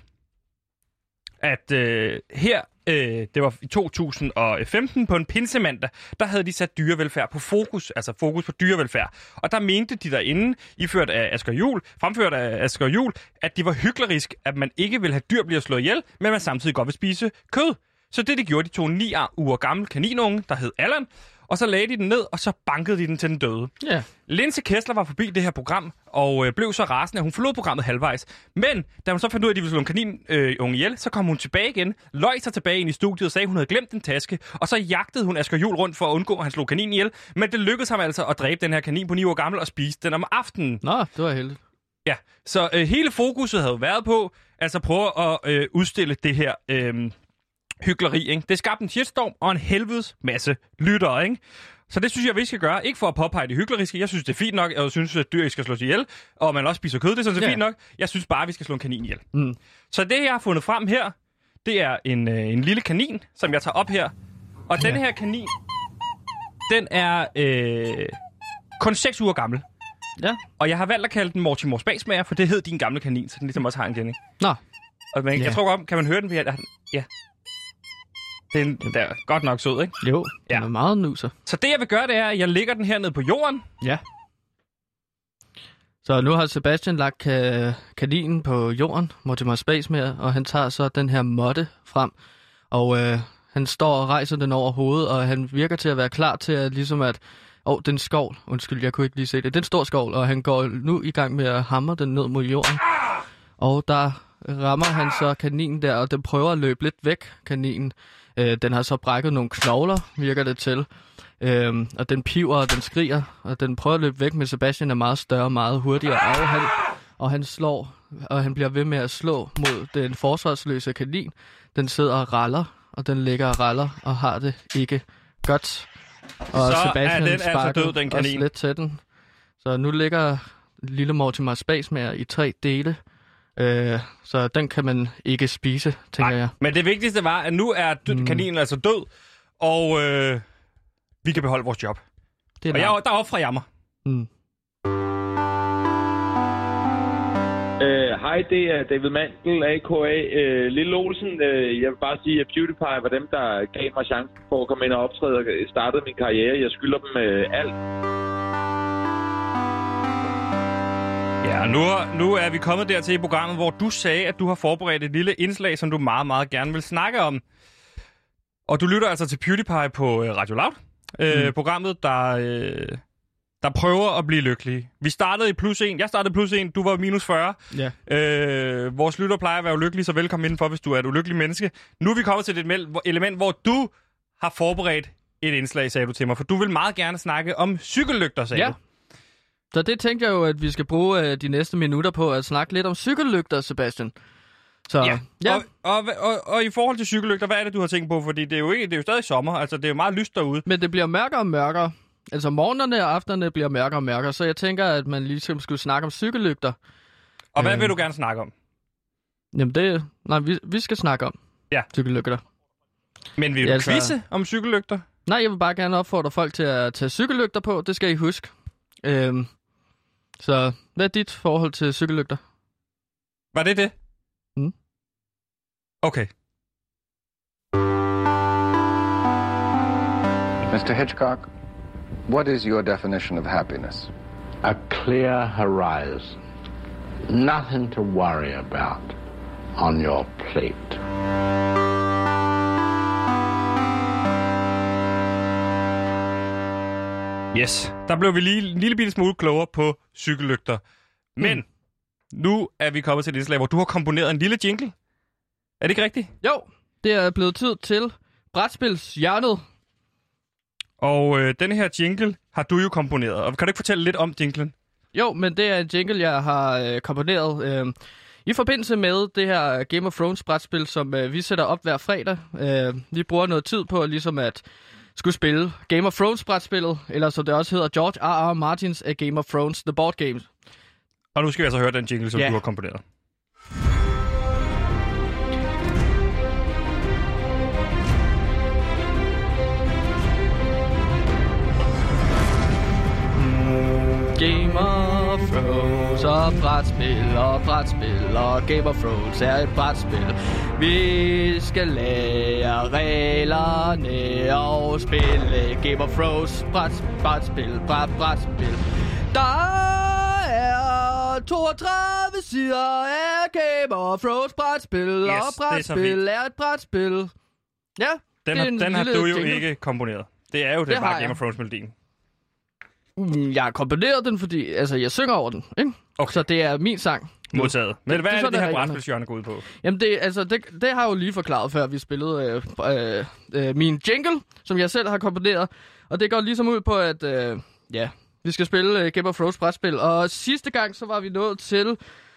at det var i 2015 på en pinsemandag, der havde de sat dyrevelfærd på fokus, altså fokus på dyrevelfærd. Og der mente de derinde, fremført af Asger Juhl, at det var hyklerisk, at man ikke ville have dyr blive slået ihjel, men man samtidig godt vil spise kød. Så det de gjorde, de tog en 9 uger gammel kaninunge, der hed Allan, og så lagde de den ned, og så bankede de den til den døde. Ja. Linse Kessler var forbi det her program, og blev så rasende, at hun forlod programmet halvvejs. Men da hun så fandt ud af, at de ville slå en kaninunge ihjel, så kom hun tilbage igen, løj sig tilbage ind i studiet og sagde, at hun havde glemt en taske. Og så jagtede hun Asger Juhl rundt for at undgå, at han slog kaninen ihjel. Men det lykkedes ham altså at dræbe den her kanin på 9 år gammel og spise den om aftenen. Nå, det var heldigt. Ja, så hele fokuset havde været på, altså prøve at udstille det her hykleri, ikke? Det skabte en shitstorm og en helvedes masse lyttere, ikke? Så det synes jeg, vi skal gøre. Ikke for at påpege det hykleriske. Jeg synes, det er fint nok. Jeg synes, at dyr ikke skal slås ihjel. Og man også spiser kød. Det er sådan set fint nok. Jeg synes bare, at vi skal slå en kanin ihjel. Så det, jeg har fundet frem her, det er en lille kanin, som jeg tager op her. Og den her kanin, den er kun 6 uger gammel. Ja. Og jeg har valgt at kalde den Mortimer Spagsmager, for det hed din gamle kanin, så den ligesom også har en Jenny. Nå. Og jeg tror godt, kan man høre den? Ja. Den er godt nok sød, ikke? Jo, den er meget nuser. Så det, jeg vil gøre, det er, at jeg lægger den her ned på jorden. Ja. Så nu har Sebastian lagt kaninen på jorden, Mortimer Spagsmager, og han tager så den her måtte frem. Og han står og rejser den over hovedet, og han virker til at være klar til at ligesom at... den skovl. Undskyld, jeg kunne ikke lige se det. Den står skovl, og han går nu i gang med at hamre den ned mod jorden. Og der rammer han så kaninen der, og den prøver at løbe lidt væk, kaninen. Den har så brækket nogle knogler, virker det til. Og den piver, og den skriger, og den prøver at løbe væk, men Sebastian er meget større og meget hurtigere. Og han slår, og han bliver ved med at slå mod den forsvarsløse kanin. Den sidder og raller, og den ligger og raller, og har det ikke godt. Og så Sebastian er den altså død, den kanin. Lidt til den. Så nu ligger lille Mortimer Spagsmager i 3 dele. Så den kan man ikke spise, tænker jeg. Men det vigtigste var, at nu er kaninen altså død, og vi kan beholde vores job. Og der offrer jeg mig. Hej, det er David Mandel, a.k.a. Lille Olsen. Jeg vil bare sige, at PewDiePie var dem, der gav mig chancen for at komme ind og optræde og startede min karriere. Jeg skylder dem alt. Ja, nu er vi kommet dertil i programmet, hvor du sagde, at du har forberedt et lille indslag, som du meget, meget gerne vil snakke om. Og du lytter altså til PewDiePie på Radio Loud. Programmet, der prøver at blive lykkelig. Vi startede i +1. Jeg startede +1. Du var -40. Ja. Vores lytter plejer at være ulykkelige, så velkommen indenfor, hvis du er et ulykkeligt menneske. Nu er vi kommet til et element, hvor du har forberedt et indslag, sagde du til mig. For du vil meget gerne snakke om cykellygter, sagde du. Så det tænkte jeg jo, at vi skal bruge de næste minutter på at snakke lidt om cykellygter, Sebastian. Så, ja. Og i forhold til cykellygter, hvad er det, du har tænkt på? Fordi det er jo stadig sommer, altså det er jo meget lyst derude. Men det bliver mørkere og mørkere. Altså morgenerne og aftenerne bliver mørkere og mørkere, så jeg tænker, at man ligesom skulle snakke om cykellygter. Og hvad vil du gerne snakke om? Jamen vi skal snakke om cykellygter. Men vil du quizze om cykellygter? Nej, jeg vil bare gerne opfordre folk til at tage cykellygter på, det skal I huske. Så hvad er dit forhold til cykellygter? Var det? Okay. Mr. Hitchcock, what is your definition of happiness? A clear horizon. Nothing to worry about on your plate. Yes, der blev vi lige en lille bitte smule klogere på cykellygter. Men nu er vi kommet til det slag, hvor du har komponeret en lille jingle. Er det ikke rigtigt? Jo, det er blevet tid til brætspilshjørnet. Og denne her jingle har du jo komponeret. Og kan du ikke fortælle lidt om jinglen? Jo, men det er en jingle, jeg har komponeret i forbindelse med det her Game of Thrones brætspil, som vi sætter op hver fredag. Vi bruger noget tid på ligesom at skulle spille Game of Thrones brætspillet, eller som det også hedder, George R.R. Martins Game of Thrones The Board Games. Og nu skal vi altså høre den jingle, som du har komponeret. Game of Thrones og brætspil og Game of Thrones er et brætspil. Vi skal lære reglerne og spille Game of Thrones brætspil. Der er 32 sider af Game of Thrones brætspil, og brætspil er et brætspil. Ja, den har du jo ikke komponeret. Det er jo det bare Game of Thrones-melodien. Jeg har komponeret den, fordi jeg synger over den, ikke? Okay. Så det er min sang. Modtaget. Men hvad er det her brætspilshjørne går ud på? Jamen, det har jeg jo lige forklaret, før vi spillede min jingle, som jeg selv har komponeret. Og det går ligesom ud på, at vi skal spille Game of Thrones brætspil. Og sidste gang, så var vi nået til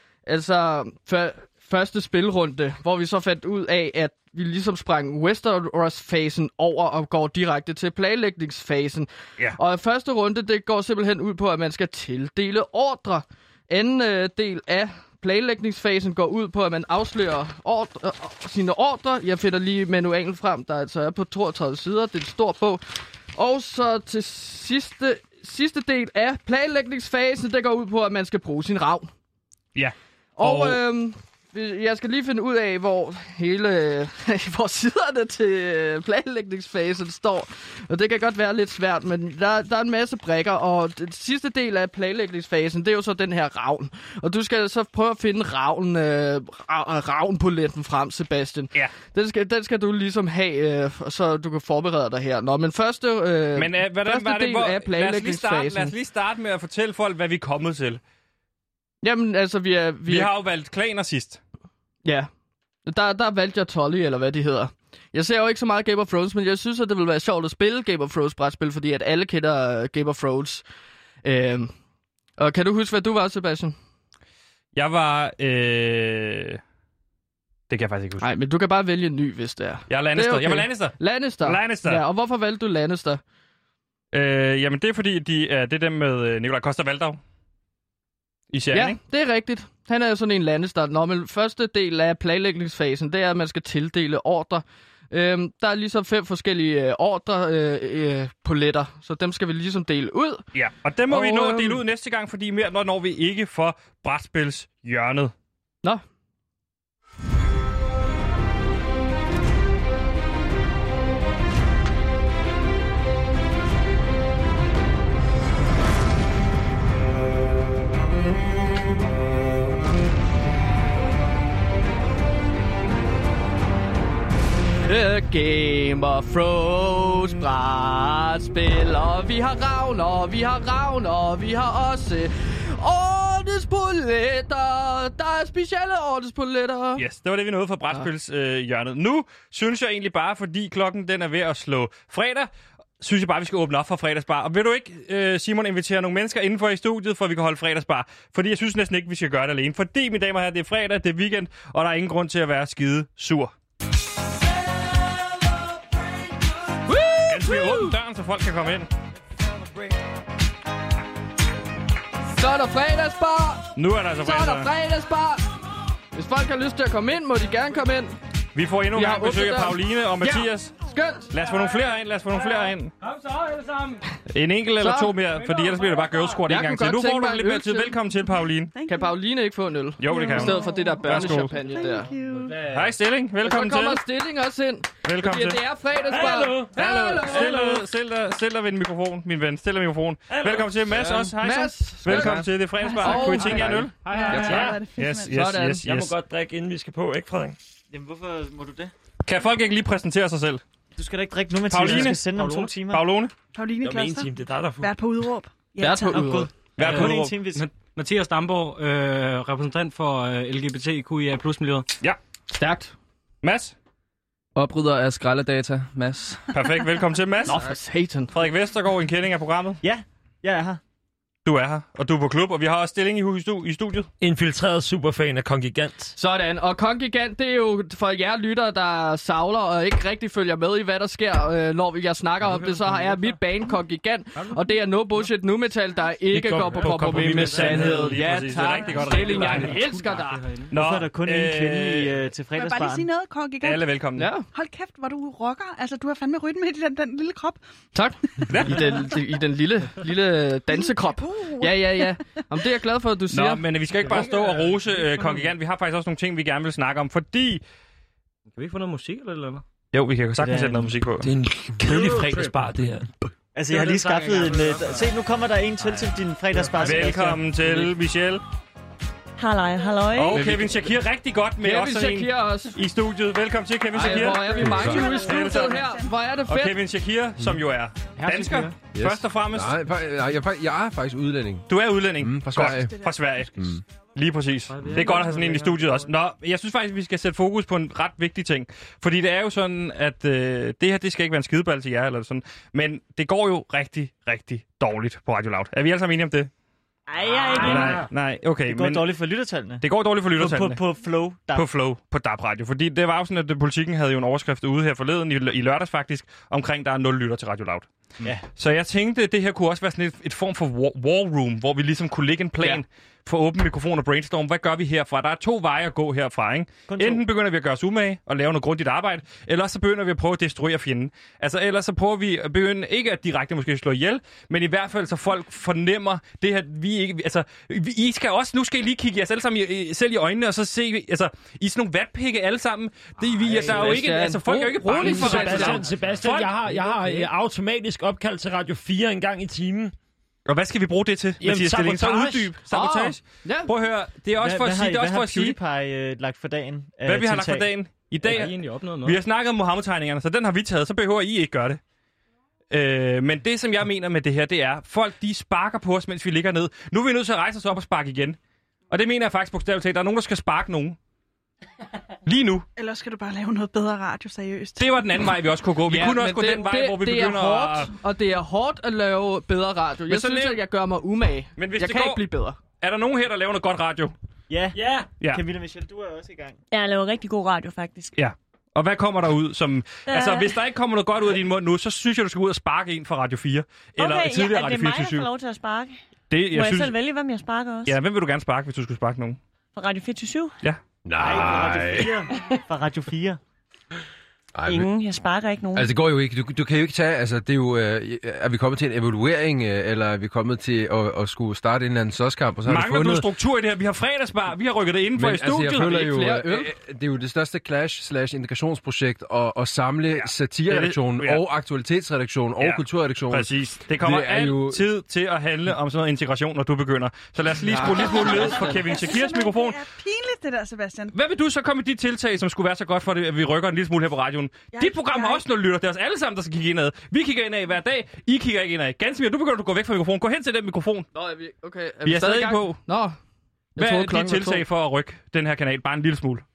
første spilrunde, hvor vi så fandt ud af, at vi ligesom sprang Westeros-fasen over og går direkte til planlægningsfasen. Yeah. Og første runde, det går simpelthen ud på, at man skal tildele ordre. Anden del af planlægningsfasen går ud på, at man afslører sine ordre. Jeg finder lige manualen frem, der altså er på 32 sider. Det er en stor bog. Og så til sidste del af planlægningsfasen, det går ud på, at man skal bruge sin ravn. Ja. Yeah. Og jeg skal lige finde ud af, hvor siderne til planlægningsfasen står. Og det kan godt være lidt svært, men der er en masse brikker, og den sidste del af planlægningsfasen, det er jo så den her ravn. Og du skal så prøve at finde ravnpoletten frem, Sebastian. Ja. Den skal du ligesom have, så du kan forberede dig her. Nå, men første del af planlægningsfasen. Lad os lige starte med at fortælle folk, hvad vi er kommet til. Jamen, altså, vi har jo valgt klaner sidst. Ja, der valgte jeg Tully, eller hvad de hedder. Jeg ser jo ikke så meget Game of Thrones, men jeg synes, at det vil være sjovt at spille Game of Thrones brætspil, fordi at alle kender Game of Thrones. Og kan du huske, hvad du var, Sebastian? Jeg var... Det kan jeg faktisk ikke huske. Nej, men du kan bare vælge en ny, hvis det er. Jeg er Lannister. Okay. Jeg var Lannister. Lannister. Ja, og hvorfor valgte du Lannister? Jamen, det er fordi, det er dem med Nikolaj Coster-Waldau. I serien, ikke? Det er rigtigt. Han er jo sådan en Lannister. Nå, men første del af planlægningsfasen, det er, at man skal tildele ordre. Der er ligesom 5 forskellige ordrepoletter, så dem skal vi ligesom dele ud. Ja, og dem må vi nå at dele ud næste gang, fordi mere når vi ikke får brætspilshjørnet. Nå. Game of Thrones brætspil, og vi har ravn, og vi har også ordenspoletter. Der er specielle ordenspoletter. Yes, det var det, vi nåede fra brætspilshjørnet. Nu synes jeg egentlig bare, fordi klokken den er ved at slå fredag, synes jeg bare, vi skal åbne op for fredagsbar. Og vil du ikke, Simon, invitere nogle mennesker indenfor i studiet, for at vi kan holde fredagsbar? Fordi jeg synes næsten ikke, vi skal gøre det alene. Fordi, mine damer og herrer, det er fredag, det er weekend, og der er ingen grund til at være skide sur. Vi åbner døren, så folk kan komme ind. Så er der fredagsbar. Nu er der altså fredagsbar. Så er der fredagsbar. Hvis folk har lyst til at komme ind, må de gerne komme ind. Vi får endnu en gang besøg af Pauline og Mathias. Skønt. Lad os få nogle flere ind. Kom så, alle sammen. En enkelt eller 2 mere, fordi ellers bliver det bare girl squad en gang til. Nu får du lidt mere tid. Velkommen til, Pauline. Kan Pauline ikke få en øl? Jo, det kan hun. I stedet for det der børnechampagne der. Hej, Stilling. Velkommen til. Og så kommer Stilling også ind. Velkommen til. Det er fredagsbar. Hallo. Stil dig ved en mikrofon, min ven. Stil dig mikrofon. Velkommen til. Mads også. Hej. Mads. Velkommen til. Det er fredagsbar. Kunne I tænke jer en øl? Yes. Jeg må godt drikke, inden vi skal på, ikke Frederik? Jamen, hvorfor må du det? Kan folk ikke lige præsentere sig selv? Du skal da ikke drikke nu, Mathias. Du skal sende om 2 timer. Pauline Kloster. Det er dig, der får. Vært på udråb. Vært på udråb. Vært på udråb. Mathias Damborg, repræsentant for LGBTQIA+-miljøet. Ja. Stærkt. Mads? Oprydder af skraldedata, Mads. Perfekt. Velkommen til, Mads. Nå, for satan. Frederik Vestergaard, en kending af programmet. Ja, jeg er her. Du er her, og du er på klub, og vi har også stilling i studiet. Infiltreret superfan af Kongigant. Sådan, og Kongigant, det er jo for jer lyttere, der savler og ikke rigtig følger med i, hvad der sker, når jeg snakker om det, så har jeg mit band Kongigant, og det er no bullshit nu metal, der ikke går på kompromis med sandhed. Ja, tak. Stilling, jeg elsker dig. Hvorfor er der kun en kvinde til fredagsbaren? Må jeg bare lige sige noget, Kongigant? Alle velkommen. Ja. Hold kæft, hvor du rocker. Altså, du har fandme rytme i den lille krop. Tak. I den lille dansekrop. Ja. Jamen, det er jeg glad for, at du siger. Nå, men vi skal ikke bare stå og rose Kongigant. Vi har faktisk også nogle ting, vi gerne vil snakke om, fordi... Kan vi ikke få noget musik, eller? Jo, vi kan sagtens sætte noget musik på. Det er en kedelig fredagsbar, det her. Altså, jeg har lige skaffet en... Se, nu kommer der en til din fredagsbar. Velkommen til, Michelle. Halløj. Og Kevin Shakir rigtig godt med også i studiet. Velkommen til, Kevin Shakir. Hvor er vi mange nu i studiet her. Hvor er det fedt. Og Kevin Shakir, som jo er dansker, først og fremmest. Nej, jeg er faktisk udlænding. Du er udlænding? Fra Sverige. Fra Sverige. Lige præcis. Det er godt at have sådan en i studiet også. Nå, jeg synes faktisk, vi skal sætte fokus på en ret vigtig ting. Fordi det er jo sådan, at det her, det skal ikke være en skideball til jer, eller sådan. Men det går jo rigtig, rigtig dårligt på Radio Loud. Er vi alle sammen enige om det? Ej, jeg er ikke enig. Nej, okay. Det går dårligt for lyttertallene. Det går dårligt for lyttertallene. På Flow. På Flow, på DAB Radio. Fordi det var jo sådan, at Politikken havde jo en overskrift ude her forleden, i lørdags faktisk, omkring, der er 0 lytter til Radio Loud. Ja. Så jeg tænkte, at det her kunne også være sådan et form for war room, hvor vi ligesom kunne lægge en plan for åben mikrofon og brainstorm. Hvad gør vi herfra? Der er 2 veje at gå herfra, ikke? Enten begynder vi at gøre os umage og lave noget grundigt arbejde, eller så begynder vi at prøve at destruere fjenden. Altså, ellers så prøver vi at begynde, ikke at direkte måske slå ihjel, men i hvert fald så folk fornemmer det her, vi ikke... Altså, I skal også... Nu skal I lige kigge jeres alle sammen selv i øjnene, og så se... Altså, I er sådan nogle vatpikke alle sammen. Der er jo ikke... Altså, folk er jo ikke bange for... Sebastian, jeg har automatisk opkaldt til Radio 4 en gang i timen. Og hvad skal vi bruge det til? Jamen, sabotage. Så uddyb. Sabotage. Ja. Prøv at høre. Det er også for at sige... Hvad har PewDiePie lagt for dagen? Hvad vi har lagt for dagen? I dag... Vi har snakket om Mohammed-tegningerne, så den har vi taget. Så behøver I ikke gøre det. Men det, som jeg mener med det her, det er, folk de sparker på os, mens vi ligger ned. Nu er vi nødt til at rejse os op og sparke igen. Og det mener jeg faktisk bogstaveligt talt. Der er nogen, der skal sparke nogen. Lige nu. Eller skal du bare lave noget bedre radio, seriøst? Det var den anden vej, vi også kunne gå. Vi kunne også gå den vej, hvor vi begynder at... Og det er hårdt at lave bedre radio. Jeg synes, at jeg gør mig umage. Men hvis jeg kan ikke blive bedre. Er der nogen her, der laver noget godt radio? Ja. Ja. Camilla Michelle, du er også i gang. Jeg laver rigtig god radio, faktisk. Ja. Og hvad kommer der ud som... Altså, hvis der ikke kommer noget godt ud af din mund nu, så synes jeg, du skal ud og sparke en fra Radio 4. Eller tidligere Radio 4. Okay, det er mig, der får lov til at sparke. Må jeg selv vælge, hvem jeg sparker også? Ja, hvem vil du gerne sparke, hvis du skulle sparke nogen? Fra Radio 4 Ja. Nej, fra Radio 4. Ingen, jeg sparker ikke nogen. Altså, det går jo ikke. Du kan jo ikke tage... Altså, det er jo... er vi kommet til en evaluering, eller er vi kommet til at skulle starte en eller anden slåskamp? Mangler du struktur i det her? Vi har fredagsbar. Vi har rykket det indenfor i studiet. Altså, jeg føler jo, det er jo det største clash/integrationsprojekt at samle satireredaktionen og aktualitetsredaktionen og kulturredaktionen. Præcis. Det kommer altid til at handle om sådan noget integration, når du begynder. Så lad os lige skrue lidt smule ned for Kevin Shakirs mikrofon. Det er pinligt, det der, Sebastian. Hvad vil du så komme med de tiltag, som skulle være så godt for det, at vi rykker en lille smule her på radioen? Dit program har også 0 lytter. Det er os alle sammen, der skal kigge indad. Vi kigger indad hver dag. I kigger ikke indad. Gansimir, du begynder at gå væk fra mikrofonen. Gå hen til den mikrofon. Nå, okay. Vi er stadig på. Nå. Hvad er dit tiltag for at rykke den her kanal? Bare en lille smule.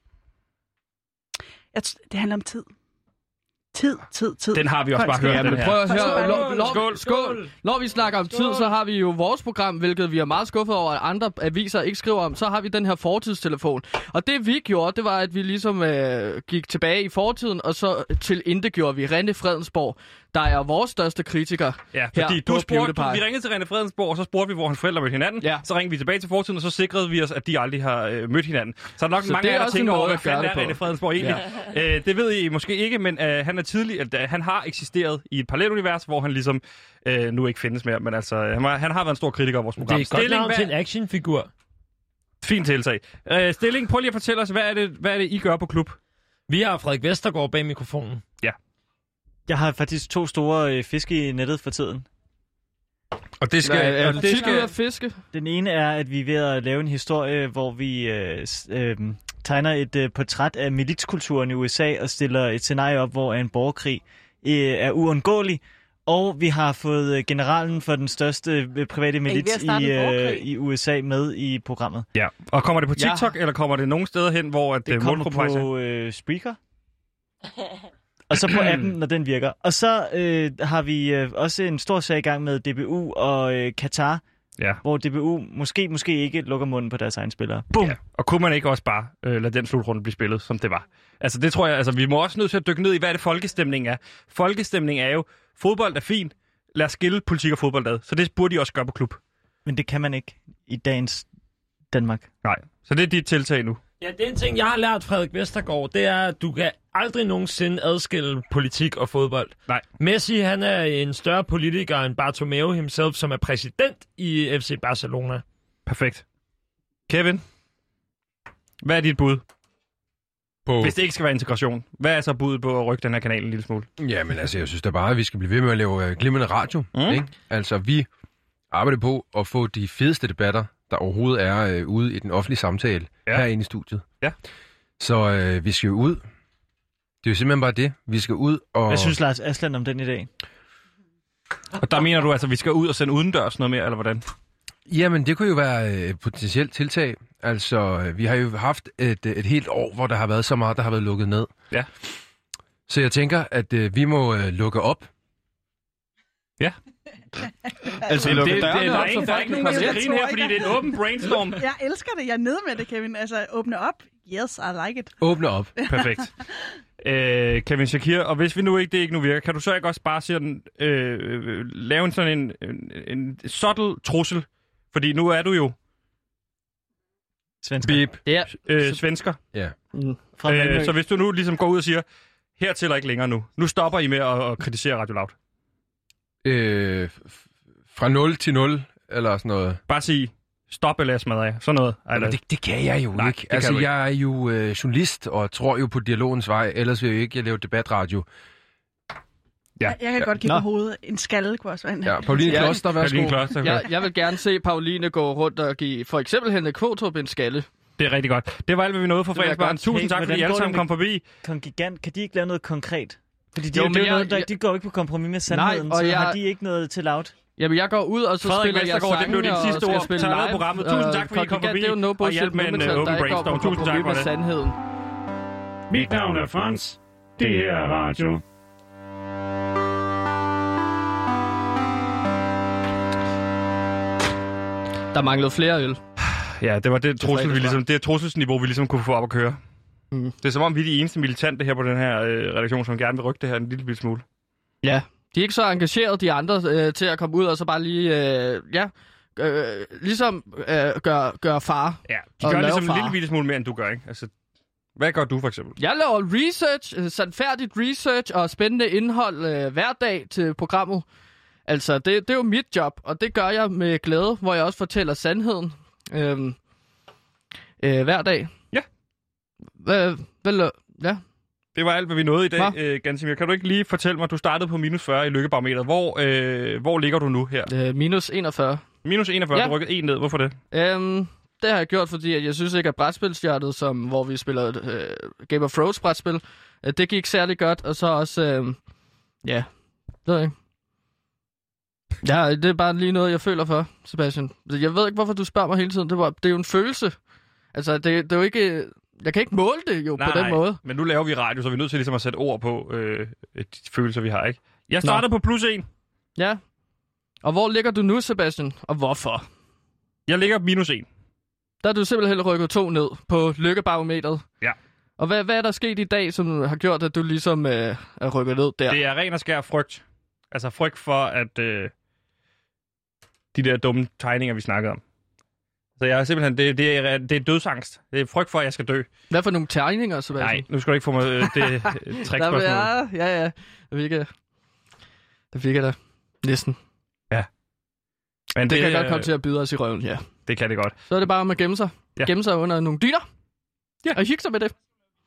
Det handler om tid. Tid. Den har vi også bare hørt. Men prøv at høre. Skål. Når vi snakker om tid, så har vi jo vores program, hvilket vi er meget skuffet over, at andre aviser ikke skriver om. Så har vi den her fortidstelefon. Og det vi gjorde, det var, at vi ligesom gik tilbage i fortiden, og så tilintetgjorde vi René Fredensborg, der er vores største kritiker. Ja, fordi vi ringede til René Fredensborg, og så spurgte vi, hvor hans forældre mødte hinanden. Ja. Så ringede vi tilbage til fortiden, og så sikrede vi os, at de aldrig har mødt hinanden. Så er der nok mange af jer, der tænker over, hvad fanden er René Fredensborg egentlig. Ja. Det ved I måske ikke, men han er han har eksisteret i et parallelunivers, hvor han ligesom nu ikke findes mere. Men altså, han har været en stor kritiker af vores program. Det er godt navn til en actionfigur. Fint tiltag. Stilling, prøv lige at fortælle os, hvad er det, I gør på klub? Vi har Frederik Vestergaard bag mikrofonen. Ja. Jeg har faktisk 2 store fiske i nettet for tiden. Og det skal... fiske? Den ene er, at vi er ved at lave en historie, hvor vi tegner et portræt af militskulturen i USA og stiller et scenarie op, hvor en borgerkrig er uundgåelig. Og vi har fået generalen for den største private milits i USA med i programmet. Ja, og kommer det på TikTok, eller kommer det nogen steder hen, hvor det kommer på Spreaker. Og så på appen, når den virker. Og så har vi også en stor sag i gang med DBU og Katar, hvor DBU måske ikke lukker munden på deres egne spillere. Boom! Ja. Og kunne man ikke også bare lade den slutrunde blive spillet, som det var? Altså det tror jeg, altså vi må også nødt til at dykke ned i, hvad det folkestemning er. Folkestemning er jo, fodbold er fint, lad os skille politik og fodbold ad. Så det burde de også gøre på klub. Men det kan man ikke i dagens Danmark. Nej, så det er dit tiltag nu. Ja, det er en ting, jeg har lært Frederik Vestergaard, det er, at du kan aldrig nogensinde adskille politik og fodbold. Nej. Messi, han er en større politiker end Bartomeu himself, som er præsident i FC Barcelona. Perfekt. Kevin, hvad er dit bud? Hvis det ikke skal være integration, hvad er så budet på at rykke den her kanal en lille smule? Jamen altså, jeg synes da bare, at vi skal blive ved med at lave glimrende radio. Ikke? Altså, vi arbejder på at få de fedeste debatter, der overhovedet er ude i den offentlige samtale, herinde i studiet. Ja. Så vi skal jo ud. Det er jo simpelthen bare det. Vi skal ud og... Hvad synes Lars Aslan om den i dag? Og der mener du altså, at vi skal ud og sende udendørs noget mere, eller hvordan? Jamen, det kunne jo være et potentielt tiltag. Altså, vi har jo haft et helt år, hvor der har været så meget, der har været lukket ned. Ja. Så jeg tænker, at vi må lukke op. Ja. Altså, der er ikke nogen, der skal grine her, fordi det er en åben brainstorm. Jeg elsker det. Jeg er nede med det, Kevin. Altså, åbne op. Yes, I like it. Åbne op. Perfekt. Kevin Shakir, og hvis vi nu ikke, det ikke nu virker, kan du så ikke også bare sådan, lave en sådan en subtle trussel? Fordi nu er du jo svensker. Svensker. Ja. Så hvis du nu ligesom går ud og siger, hertil og ikke længere nu. Nu stopper I med at kritisere Radio Loud. Fra 0 til 0, eller sådan noget. Bare sig, stop eller jeg smadrer af. Sådan noget. Jamen, det kan jeg jo ikke. Altså, jeg er jo journalist, og tror jo på dialogens vej. Ellers vil jeg jo ikke lave debatradio. Ja. Jeg kan godt give på hovedet. En skalle kunne også være en. Ja, Pauline Kloster, værsgo. Jeg vil gerne se Pauline gå rundt og give for eksempel Henrik Kvartrup en skalle. Det er rigtig godt. Det var alt, hvad vi nåede for fredagsbarn. Tusind tak, fordi I alle sammen kom forbi. Kongigant, kan de ikke lave noget konkret? Fordi de går ikke på kompromis med sandheden, nej, så har de ikke noget til Loud. Jamen, jeg går ud, og så spiller jeg sange, det blev dit sidste ord. Tag noget programmet. Tusind tak, fordi I kom forbi. Det er jo no bullshit med en open brainstorm. Tusind tak for det. Sandheden. Mit navn er Frans. Det her er radio. Der manglede flere øl. Ja, det var det trusselsniveau, vi ligesom kunne få op at køre. Det er som om, vi er de eneste militante her på den her redaktion, som gerne vil rykke det her en lille smule. Ja, de er ikke så engagerede, de andre, til at komme ud og så bare lige, gøre far. Ja, de gør ligesom en lille smule mere, end du gør, ikke? Altså, hvad gør du for eksempel? Jeg laver research, sandfærdigt research og spændende indhold hver dag til programmet. Altså, det er jo mit job, og det gør jeg med glæde, hvor jeg også fortæller sandheden hver dag. Ja. Ja. Det var alt, hvad vi nåede i dag, Gansimir. Kan du ikke lige fortælle mig, du startede på minus 40 i lykkebarometeret. Hvor ligger du nu her? Minus 41. Minus 41? Ja. Du rykkede 1 ned. Hvorfor det? Det har jeg gjort, fordi jeg synes ikke, at brætspilshjertet, hvor vi spiller Game of Thrones brætspil, det gik særlig godt. Og så også, det ved jeg ikke. Ja, det er bare lige noget, jeg føler for, Sebastian. Jeg ved ikke, hvorfor du spørger mig hele tiden. Det er jo en følelse. Altså, det er jo ikke... Jeg kan ikke måle det jo på den måde. Men nu laver vi radio, så vi er nødt til ligesom at sætte ord på de følelser, vi har, ikke? Jeg starter på plus 1. Ja. Og hvor ligger du nu, Sebastian? Og hvorfor? Jeg ligger minus 1. Der er du simpelthen rykket 2 ned på lykkebarometeret. Ja. Og hvad er der sket i dag, som har gjort, at du ligesom er rykket ned der? Det er ren og skær frygt. Altså frygt for, at de der dumme tegninger, vi snakkede om. Så jeg er simpelthen, det er dødsangst. Det er frygt for, at jeg skal dø. Hvad for nogle tegninger, Sebastian? Nej, nu skal du ikke få mig det trickspørgsmål. Ja. Det fik jeg da. Næsten. Ja. Men det kan godt komme til at byde os i røven, ja. Det kan det godt. Så er det bare om at gemme sig. Ja. Gemme sig under nogle dyner. Ja. Og hygge sig med det.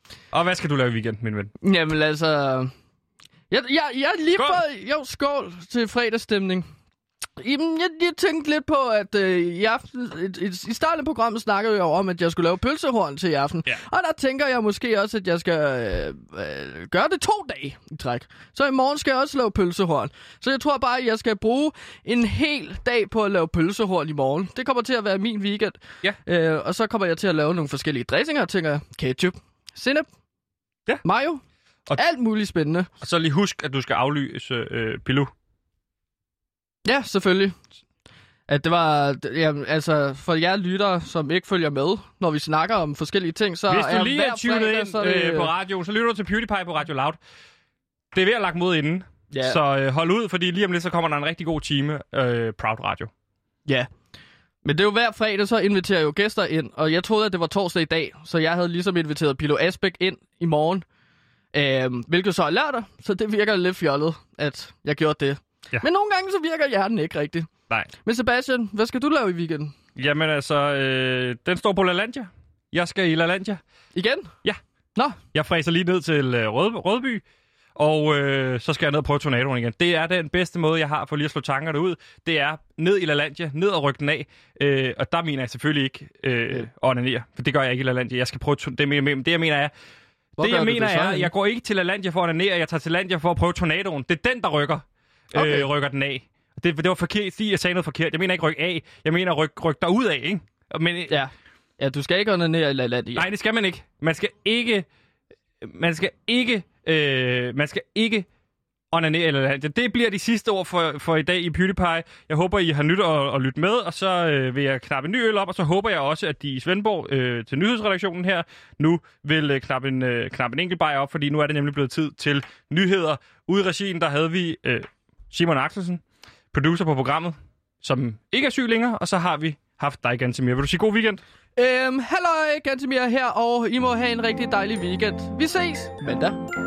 Og hvad skal du lave i weekenden, min ven? Jamen altså... Jeg er lige fået... Jo, skål til fredagsstemning. Jamen, jeg tænkte lidt på, at i aften... I starten af programmet snakkede jeg om, at jeg skulle lave pølsehorn til i aften. Ja. Og der tænker jeg måske også, at jeg skal gøre det 2 dage i træk. Så i morgen skal jeg også lave pølsehorn. Så jeg tror bare, at jeg skal bruge en hel dag på at lave pølsehorn i morgen. Det kommer til at være min weekend. Ja. Og så kommer jeg til at lave nogle forskellige dressinger, tænker jeg. Ketchup, sennep, mayo, og alt muligt spændende. Og så lige husk, at du skal aflyse Pilou. Ja, selvfølgelig. At det var, altså for jer lyttere, som ikke følger med, når vi snakker om forskellige ting, så hvis du lige er tunet ind på radioen, så lytter du til PewDiePie på Radio Loud. Det er ved at lagt mod inden, så hold ud, fordi lige om lidt, så kommer der en rigtig god time Proud Radio. Ja, men det er jo hver fredag, så inviterer jeg jo gæster ind, og jeg troede, at det var torsdag i dag, så jeg havde ligesom inviteret Pilo Asbæk ind i morgen, hvilket så er lørdag, så det virker lidt fjollet, at jeg gjorde det. Ja. Men nogle gange så virker hjernen ikke rigtigt. Nej. Men Sebastian, hvad skal du lave i weekenden? Jamen altså, den står på LaLandia. Jeg skal i LaLandia. Igen? Ja. Nå. Jeg fræser lige ned til Rødby, og så skal jeg ned og prøve tornadoen igen. Det er den bedste måde, jeg har for lige at slå tankerne ud. Det er ned i LaLandia, ned og rykke den af. Og der mener jeg selvfølgelig ikke onanere, for det gør jeg ikke i LaLandia. Jeg skal prøve det jeg mener er... jeg går ikke til LaLandia for at onanere, jeg tager til LaLandia for at prøve tornadoen. Det er den, der rykker. Okay. Rykker den af. Det var forkert, fordi jeg sagde noget forkert. Jeg mener ikke rykke af. Jeg mener rykke derud af, ikke? Men, ja, du skal ikke onanere i LaLandia. Nej, det skal man ikke. Man skal ikke onanere i LaLandia. Det bliver de sidste ord for i dag i PewDiePie. Jeg håber, I har nyt at lytte med, og så vil jeg knappe en ny øl op, og så håber jeg også, at de i Svendborg til nyhedsredaktionen her nu vil knappe en enkelt bajer op, fordi nu er det nemlig blevet tid til nyheder. Ude i regien, der havde vi Simon Axelsen, producer på programmet, som ikke er syg længere, og så har vi haft dig, Gantemir. Vil du sige god weekend? Halløj, Gantemir her, og I må have en rigtig dejlig weekend. Vi ses mandag.